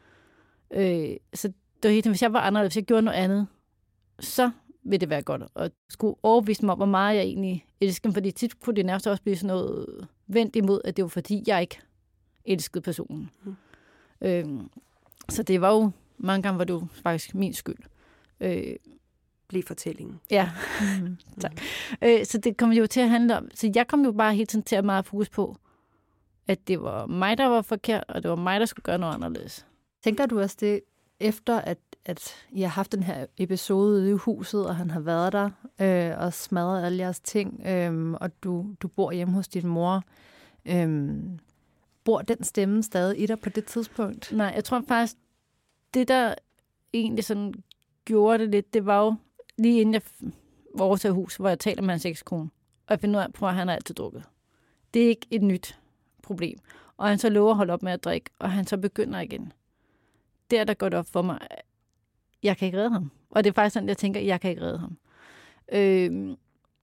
Øh, så det var hele tiden, hvis jeg var anderledes, hvis jeg gjorde noget andet, så ville det være godt. Og skulle overbevise mig om, hvor meget jeg egentlig elskede, fordi tit kunne det nærmest også blive sådan noget vendt imod, at det var fordi, jeg ikke elskede personen. Mm. Øh, så det var jo, mange gange var det jo faktisk min skyld. Øh, Blev fortællingen. Ja, mm-hmm. tak. Øh, så det kom jo til at handle om, så jeg kom jo bare hele tiden til at meget fokus på, at det var mig, der var forkert, og det var mig, der skulle gøre noget anderledes. Tænker du også det, efter at, at I har haft den her episode i huset, og han har været der øh, og smadret alle jeres ting, øh, og du, du bor hjemme hos din mor, øh, bor den stemme stadig i dig på det tidspunkt? Nej, jeg tror faktisk, det der egentlig sådan gjorde det lidt, det var jo lige inden jeg var over til hus, hvor jeg taler med hans ekskone, og jeg finder ud af, prøv at han har altid drukket. Det er ikke et nyt problem. Og han så lover at holde op med at drikke, og han så begynder igen. Der, der går det op for mig, jeg kan ikke redde ham. Og det er faktisk sådan, jeg tænker, jeg kan ikke redde ham. Øhm,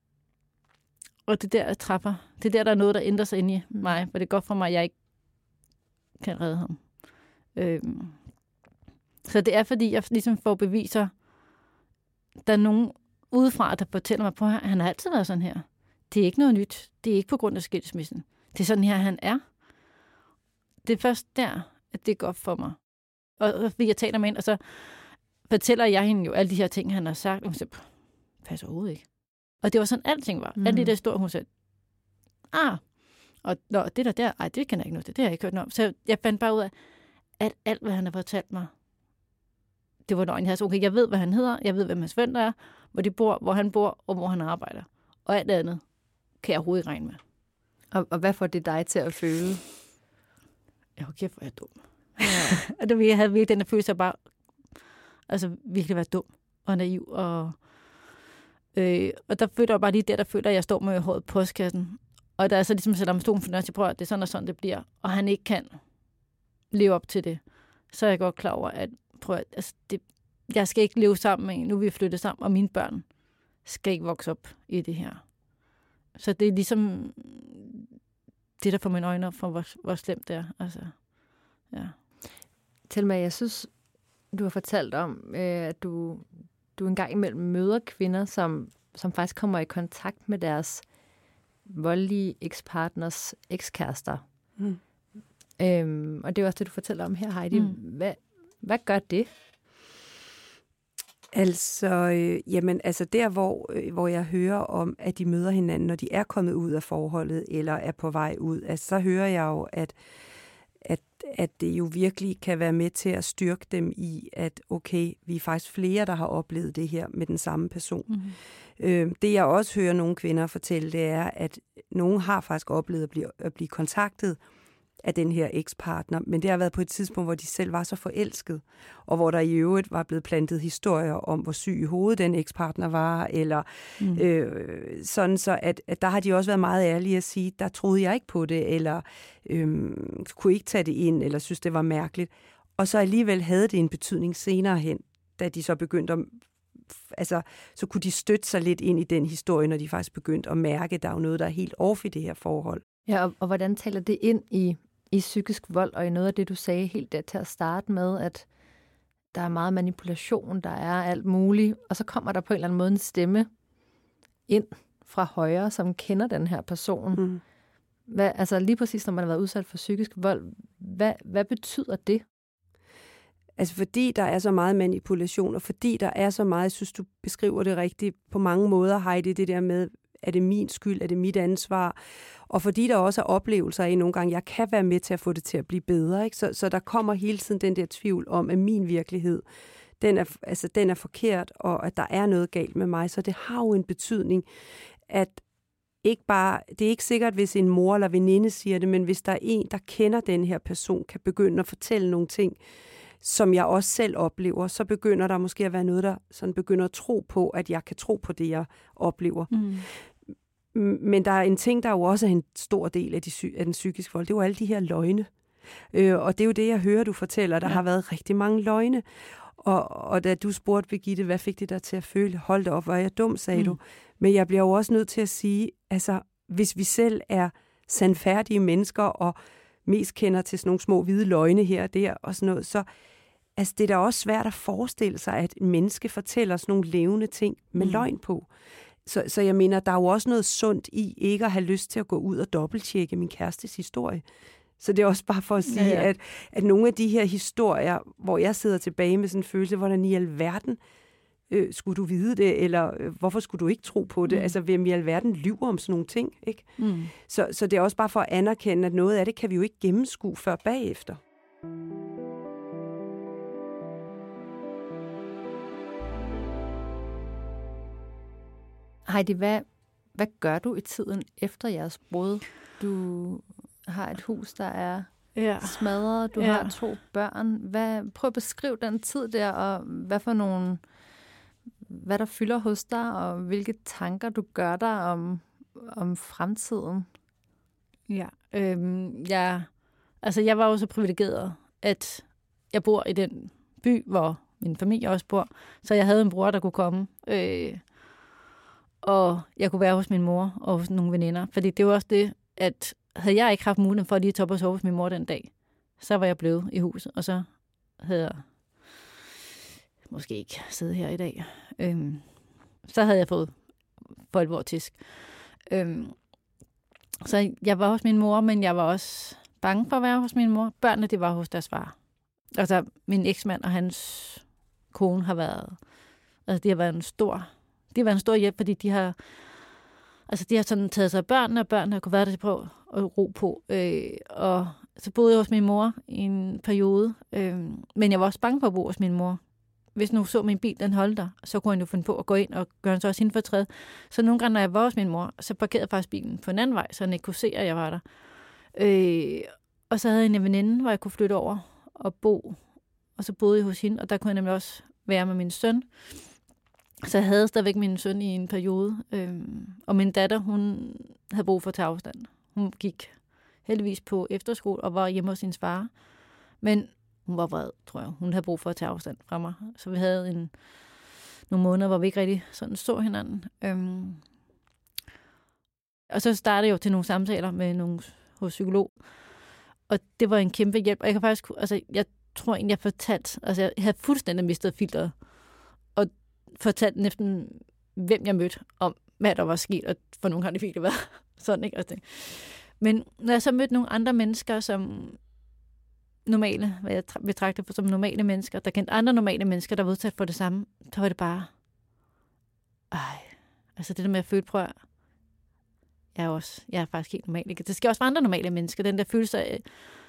og det der, jeg træffer, det er der, der er noget, der ændrer sig inde i mig, hvor det er godt for mig, at jeg ikke kan redde ham. Øhm, så det er, fordi jeg ligesom får beviser, der er nogen udefra, der fortæller mig på, at han har altid været sådan her. Det er ikke noget nyt. Det er ikke på grund af skilsmissen. Det er sådan her, han er. Det er først der, at det går op for mig. Og, og fordi jeg taler med hende, og så fortæller jeg hende jo alle de her ting, han har sagt, og hun siger, passer overhovedet ikke. Og det var sådan, alting var. Mm. Alt det der stod, hun sagde, ah, og nå, det der der, ej, det kan jeg ikke noget til, det har jeg ikke hørt noget om. Så jeg fandt bare ud af, at alt, hvad han har fortalt mig, det var nøgen. Altså, okay, jeg ved, hvad han hedder, jeg ved, hvem hans forældre er, hvor de bor, hvor han bor, og hvor han arbejder. Og alt andet kan jeg overhovedet ikke regne med. Og, og hvad får det dig til at føle? Jeg var kæft, hvor jeg er dum. Ja. Og det, jeg havde virkelig den følelse af bare, altså virkelig være dum og naiv. Og, øh, og der føler jeg bare lige der, der føler, at jeg står med håret på postkassen. Og der er så ligesom sætter mig stolen for når jeg prøver, at det er sådan og sådan, det bliver. Og han ikke kan leve op til det. Så er jeg godt klar over, at prøv at, altså det, jeg skal ikke leve sammen med en. Nu er vi flyttet sammen, og mine børn skal ikke vokse op i det her. Så det er ligesom det, der får mine øjne op for, hvor, hvor slemt det er. Altså, ja. Thelma, jeg synes, du har fortalt om, øh, at du, du engang imellem møder kvinder, som, som faktisk kommer i kontakt med deres voldelige ekspartners ekskærester. Mm. Øhm, og det er også det, du fortæller om her, Heidi. Mm. Hvad, hvad gør det? Altså, øh, jamen, altså der, hvor, øh, hvor jeg hører om, at de møder hinanden, når de er kommet ud af forholdet, eller er på vej ud, altså, så hører jeg jo, at, at, at det jo virkelig kan være med til at styrke dem i, at okay, vi er faktisk flere, der har oplevet det her med den samme person. Mm-hmm. Øh, det jeg også hører nogle kvinder fortælle, det er, at nogen har faktisk oplevet at blive, at blive kontaktet af den her ekspartner, men det har været på et tidspunkt, hvor de selv var så forelsket, og hvor der i øvrigt var blevet plantet historier om, hvor syg i hovedet den ekspartner var, eller mm. øh, sådan så, at, at der har de også været meget ærlige at sige, der troede jeg ikke på det, eller øh, kunne ikke tage det ind, eller synes, det var mærkeligt. Og så alligevel havde det en betydning senere hen, da de så begyndte at, altså, så kunne de støtte sig lidt ind i den historie, når de faktisk begyndte at mærke, at der er jo noget, der er helt off i det her forhold. Ja, og, og hvordan taler det ind i i psykisk vold, og i noget af det, du sagde helt der til at starte med, at der er meget manipulation, der er alt muligt, og så kommer der på en eller anden måde en stemme ind fra højre, som kender den her person. Mm. Hvad, altså lige præcis, når man har været udsat for psykisk vold, hvad, hvad betyder det? Altså fordi der er så meget manipulation, og fordi der er så meget, jeg synes, du beskriver det rigtigt på mange måder, Heidi, det der med, er det min skyld, er det mit ansvar? Og fordi der også er oplevelser af nogle gange, jeg kan være med til at få det til at blive bedre, ikke? Så, så der kommer hele tiden den der tvivl om, at min virkelighed, den er, altså, den er forkert, og at der er noget galt med mig. Så det har jo en betydning, at ikke bare, det er ikke sikkert, hvis en mor eller veninde siger det, men hvis der er en, der kender den her person, kan begynde at fortælle nogle ting, som jeg også selv oplever, så begynder der måske at være noget, der sådan begynder at tro på, at jeg kan tro på det, jeg oplever. Mm. Men der er en ting, der jo også er en stor del af, de, af den psykiske vold. Det er jo alle de her løgne. Øh, og det er jo det, jeg hører, du fortæller. Der ja. har været rigtig mange løgne. Og, og da du spurgte, Birgitte, hvad fik det dig til at føle? Hold da op, hvor er jeg dum, sagde mm. du. Men jeg bliver jo også nødt til at sige, altså, hvis vi selv er sandfærdige mennesker, og mest kender til sådan nogle små hvide løgne her og der, og sådan noget, så altså, det er da også svært at forestille sig, at et menneske fortæller sådan nogle levende ting med mm. løgn på. Så, så jeg mener, der er jo også noget sundt i ikke at have lyst til at gå ud og dobbelttjekke min kærestes historie. Så det er også bare for at sige, ja, ja. At, at nogle af de her historier, hvor jeg sidder tilbage med sådan en følelse, hvordan i alverden øh, skulle du vide det, eller øh, hvorfor skulle du ikke tro på det? Mm. Altså, hvem i alverden lyver om sådan nogle ting, ikke? Mm. Så, så det er også bare for at anerkende, at noget af det kan vi jo ikke gennemskue før bagefter. Heidi, hvad, hvad gør du i tiden efter jeres brud? Du har et hus, der er ja. smadret, du ja. har to børn. Hvad, prøv at beskrive den tid der, og hvad for nogle, hvad der fylder hos dig, og hvilke tanker du gør dig om, om fremtiden. Ja, øhm, jeg, altså jeg var jo så privilegeret, at jeg bor i den by, hvor min familie også bor, så jeg havde en bror, der kunne komme, øh, og jeg kunne være hos min mor og hos nogle veninder. Fordi det var også det, at havde jeg ikke haft muligheden for at lige toppe og sove hos min mor den dag, så var jeg blevet i huset, og så havde jeg måske ikke siddet her i dag. Øhm, så havde jeg fået for alvor tisk. Øhm, så jeg var hos min mor, men jeg var også bange for at være hos min mor. Børnene, det var hos deres far. Altså, min eksmand og hans kone har været, altså det har været en stor, det har været en stor hjælp, fordi de har, altså de har sådan taget sig af børnene, og børnene har kunne være der til på at ro på. Øh, og så boede jeg hos min mor i en periode, øh, men jeg var også bange for at bo hos min mor. Hvis nu så min bil, den holdt der, så kunne han jo finde på at gå ind og gøre den så også hende for træde. Så nogle gange, når jeg var hos min mor, så parkerede jeg faktisk bilen på en anden vej, så han ikke kunne se, at jeg var der. Øh, og så havde jeg en veninde, hvor jeg kunne flytte over og bo, og så boede jeg hos hende, og der kunne jeg nemlig også være med min søn. Så jeg havde stadigvæk min søn i en periode, øh, og min datter, hun havde brug for at tage afstand. Hun gik heldigvis på efterskole og var hjemme hos sin far, men hun var vred, tror jeg. Hun havde brug for at tage afstand fra mig. Så vi havde en, nogle måneder, hvor vi ikke rigtig sådan så hinanden. Øhm. Og så startede jeg jo til nogle samtaler med nogle hos psykolog. Og det var en kæmpe hjælp. Og jeg kan faktisk, altså jeg tror egentlig, jeg fortalte, altså jeg havde fuldstændig mistet filteret. Og fortalt næsten, hvem jeg mødte, om hvad der var sket. Og for nogle gange det fik det været sådan, ikke? Altså, men når jeg så mødte nogle andre mennesker, som normale, hvad jeg betragter som normale mennesker, der kendte andre normale mennesker, der var udsat for det samme, så var det bare, ej, altså det der med at føle, prøv at, jeg er også, jeg er faktisk helt normal, ikke? Det skal også være andre normale mennesker, den der følelse af,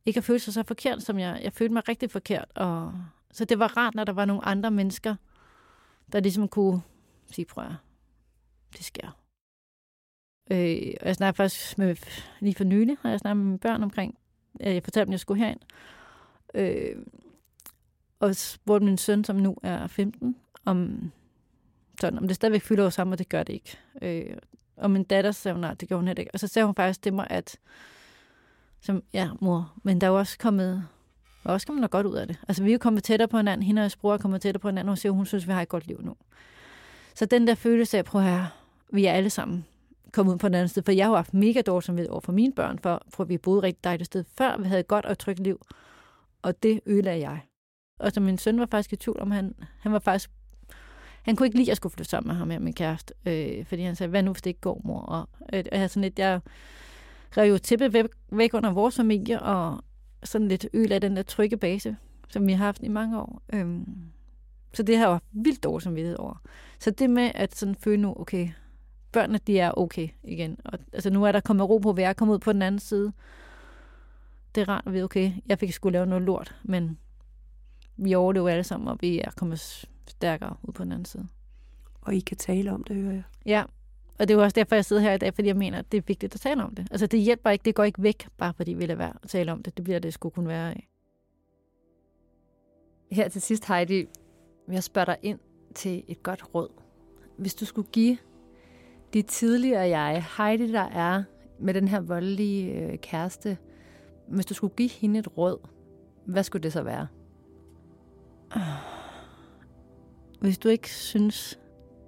ikke at føle sig så forkert, som jeg, jeg følte mig rigtig forkert. Og, så det var rart, når der var nogle andre mennesker, der ligesom kunne sige, prøv at det sker. Øh, og jeg snakker faktisk med, lige for nylig, har jeg snakket med mine børn omkring, at jeg fortalte dem, at jeg skulle herind. Øh, og spurgte min søn, som nu er femten, om, sådan, om det stadigvæk fylder os sammen, og det gør det ikke. Øh, og min datter sagde hun, nej, det gjorde hun heller ikke. Og så sagde hun faktisk til mig, at som, ja, mor, men der er jo også kommet, og også kommet noget godt ud af det. Altså, vi er jo kommet tættere på hinanden, hende og jeg bror er kommet tættere på hinanden, og hun siger, hun synes, vi har et godt liv nu. Så den der følelse af, prøv her, vi er alle sammen kommet ud på den anden side, for jeg har jo haft mega dårligt samvittighed over for mine børn, for, for vi boede rigtig dejligt sted før, vi havde et godt og trygt liv, og det ødelagde jeg. Og så min søn var faktisk i tvivl om, han, han var faktisk, han kunne ikke lide, at jeg skulle flytte sammen med ham og min kæreste, øh, fordi han sagde, hvad nu, hvis det ikke går, mor? Og, øh, og jeg sådan lidt, jeg rev jo tippet væk, væk under vores familie, og sådan lidt ødelagde den der trygge base, som vi har haft i mange år. Øh, så det har jeg jo vildt dårligt samvittighed over. Så det med at sådan føle nu, okay, børnene, de er okay igen. Og, altså nu er der kommet ro på, at jeg er kommet ud på den anden side. Det er rart at vide, okay, jeg fik sgu lave noget lort, men vi overlever alle sammen, og vi er kommet stærkere ud på den anden side. Og I kan tale om det, hører jeg. Ja, og det er jo også derfor, jeg sidder her i dag, fordi jeg mener, at det er vigtigt at tale om det. Altså det hjælper ikke, det går ikke væk, bare fordi vi lader være at tale om det. Det bliver det skulle kunne være af. Her til sidst, Heidi, vil jeg spørge dig ind til et godt råd. Hvis du skulle give de tidligere jeg, Heidi, der er med den her voldelige øh, kæreste, hvis du skulle give hende et råd, hvad skulle det så være? Hvis du ikke synes,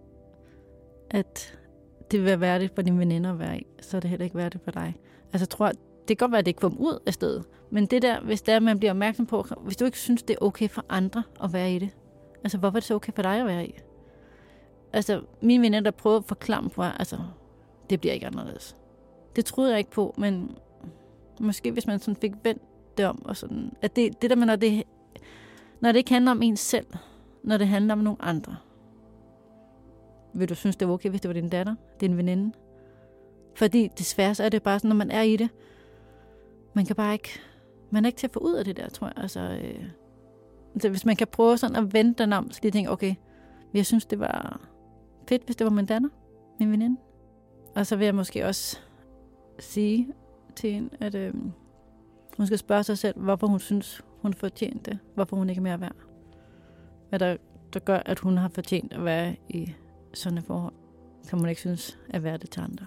at det vil være værdigt for dine veninder at være i, så er det heller ikke værdigt for dig. Altså jeg tror, det kan godt være, at det ikke får dem ud af stedet, men det der, hvis det er, man bliver opmærksom på, hvis du ikke synes, det er okay for andre at være i det, altså hvorfor er det så okay for dig at være i? Altså, mine venner, der prøvede at forklare mig på, altså, det bliver ikke anderledes. Det troede jeg ikke på, men måske hvis man sådan fik vendt det om, og sådan, at det, det der med, når det, når det ikke handler om en selv, når det handler om nogle andre, vil du synes, det var okay, hvis det var din datter, din veninde? Fordi desværre så er det bare sådan, når man er i det, man kan bare ikke, man er ikke til at få ud af det der, tror jeg. Altså, øh, altså hvis man kan prøve sådan at vende den om, så de tænker, okay, jeg synes, det var fedt, hvis det var min datter, min veninde. Og så vil jeg måske også sige til hende, at øh, hun skal spørge sig selv, hvorfor hun synes, hun fortjent det. Hvorfor hun ikke er mere værd. Hvad der, der gør, at hun har fortjent at være i sådan et forhold, som hun ikke synes er værd det til andre.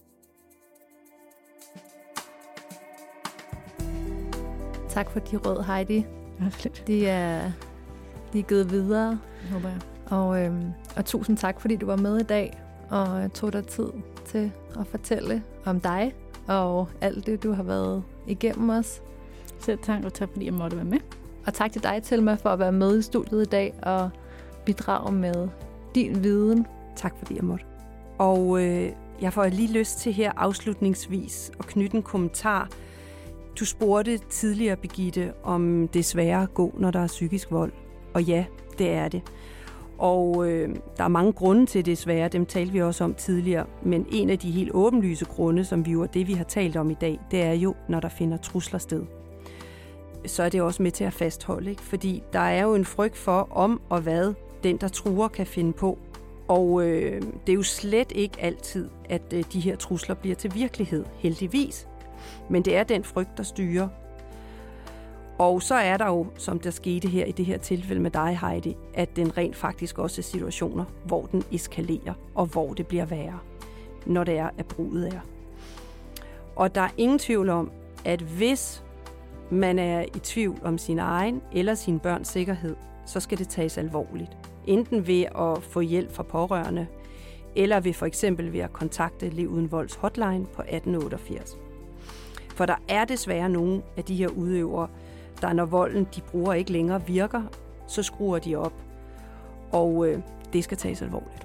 Tak for de råd, Heidi. De er, de er givet videre, håber jeg. Og, øhm, og tusind tak, fordi du var med i dag og tog dig tid til at fortælle om dig og alt det, du har været igennem os. Selv tak, og tak fordi jeg måtte være med. Og tak til dig, Thelma, for at være med i studiet i dag og bidrage med din viden. Tak fordi jeg måtte. Og øh, jeg får lige lyst til her afslutningsvis at knytte en kommentar. Du spurgte tidligere, Birgitte, om det er sværere at gå, når der er psykisk vold. Og ja, det er det. Og øh, der er mange grunde til det svære, dem talte vi også om tidligere. Men en af de helt åbenlyse grunde, som vi jo er det, vi har talt om i dag, det er jo, når der finder trusler sted. Så er det også med til at fastholde, ikke? Fordi der er jo en frygt for, om og hvad den, der truer, kan finde på. Og øh, det er jo slet ikke altid, at øh, de her trusler bliver til virkelighed, heldigvis. Men det er den frygt, der styrer. Og så er der jo, som der skete her i det her tilfælde med dig, Heidi, at den rent faktisk også er situationer, hvor den eskalerer, og hvor det bliver værre, når det er, at bruget er. Og der er ingen tvivl om, at hvis man er i tvivl om sin egen eller sine børns sikkerhed, så skal det tages alvorligt. Enten ved at få hjælp fra pårørende, eller ved for eksempel ved at kontakte Lev Uden Volds hotline på atten otteogfirs. For der er desværre nogle af de her udøvere, der når volden, de bruger, ikke længere virker, så skruer de op. Og øh, det skal tages alvorligt.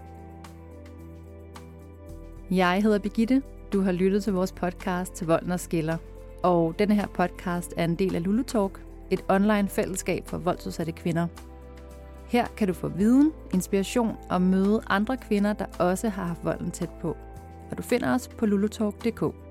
Jeg hedder Birgitte. Du har lyttet til vores podcast Til Volden og Skiller. Og denne her podcast er en del af Lulu Talk, et online fællesskab for voldsudsatte kvinder. Her kan du få viden, inspiration og møde andre kvinder, der også har haft volden tæt på. Og du finder os på lulutalk punktum d k.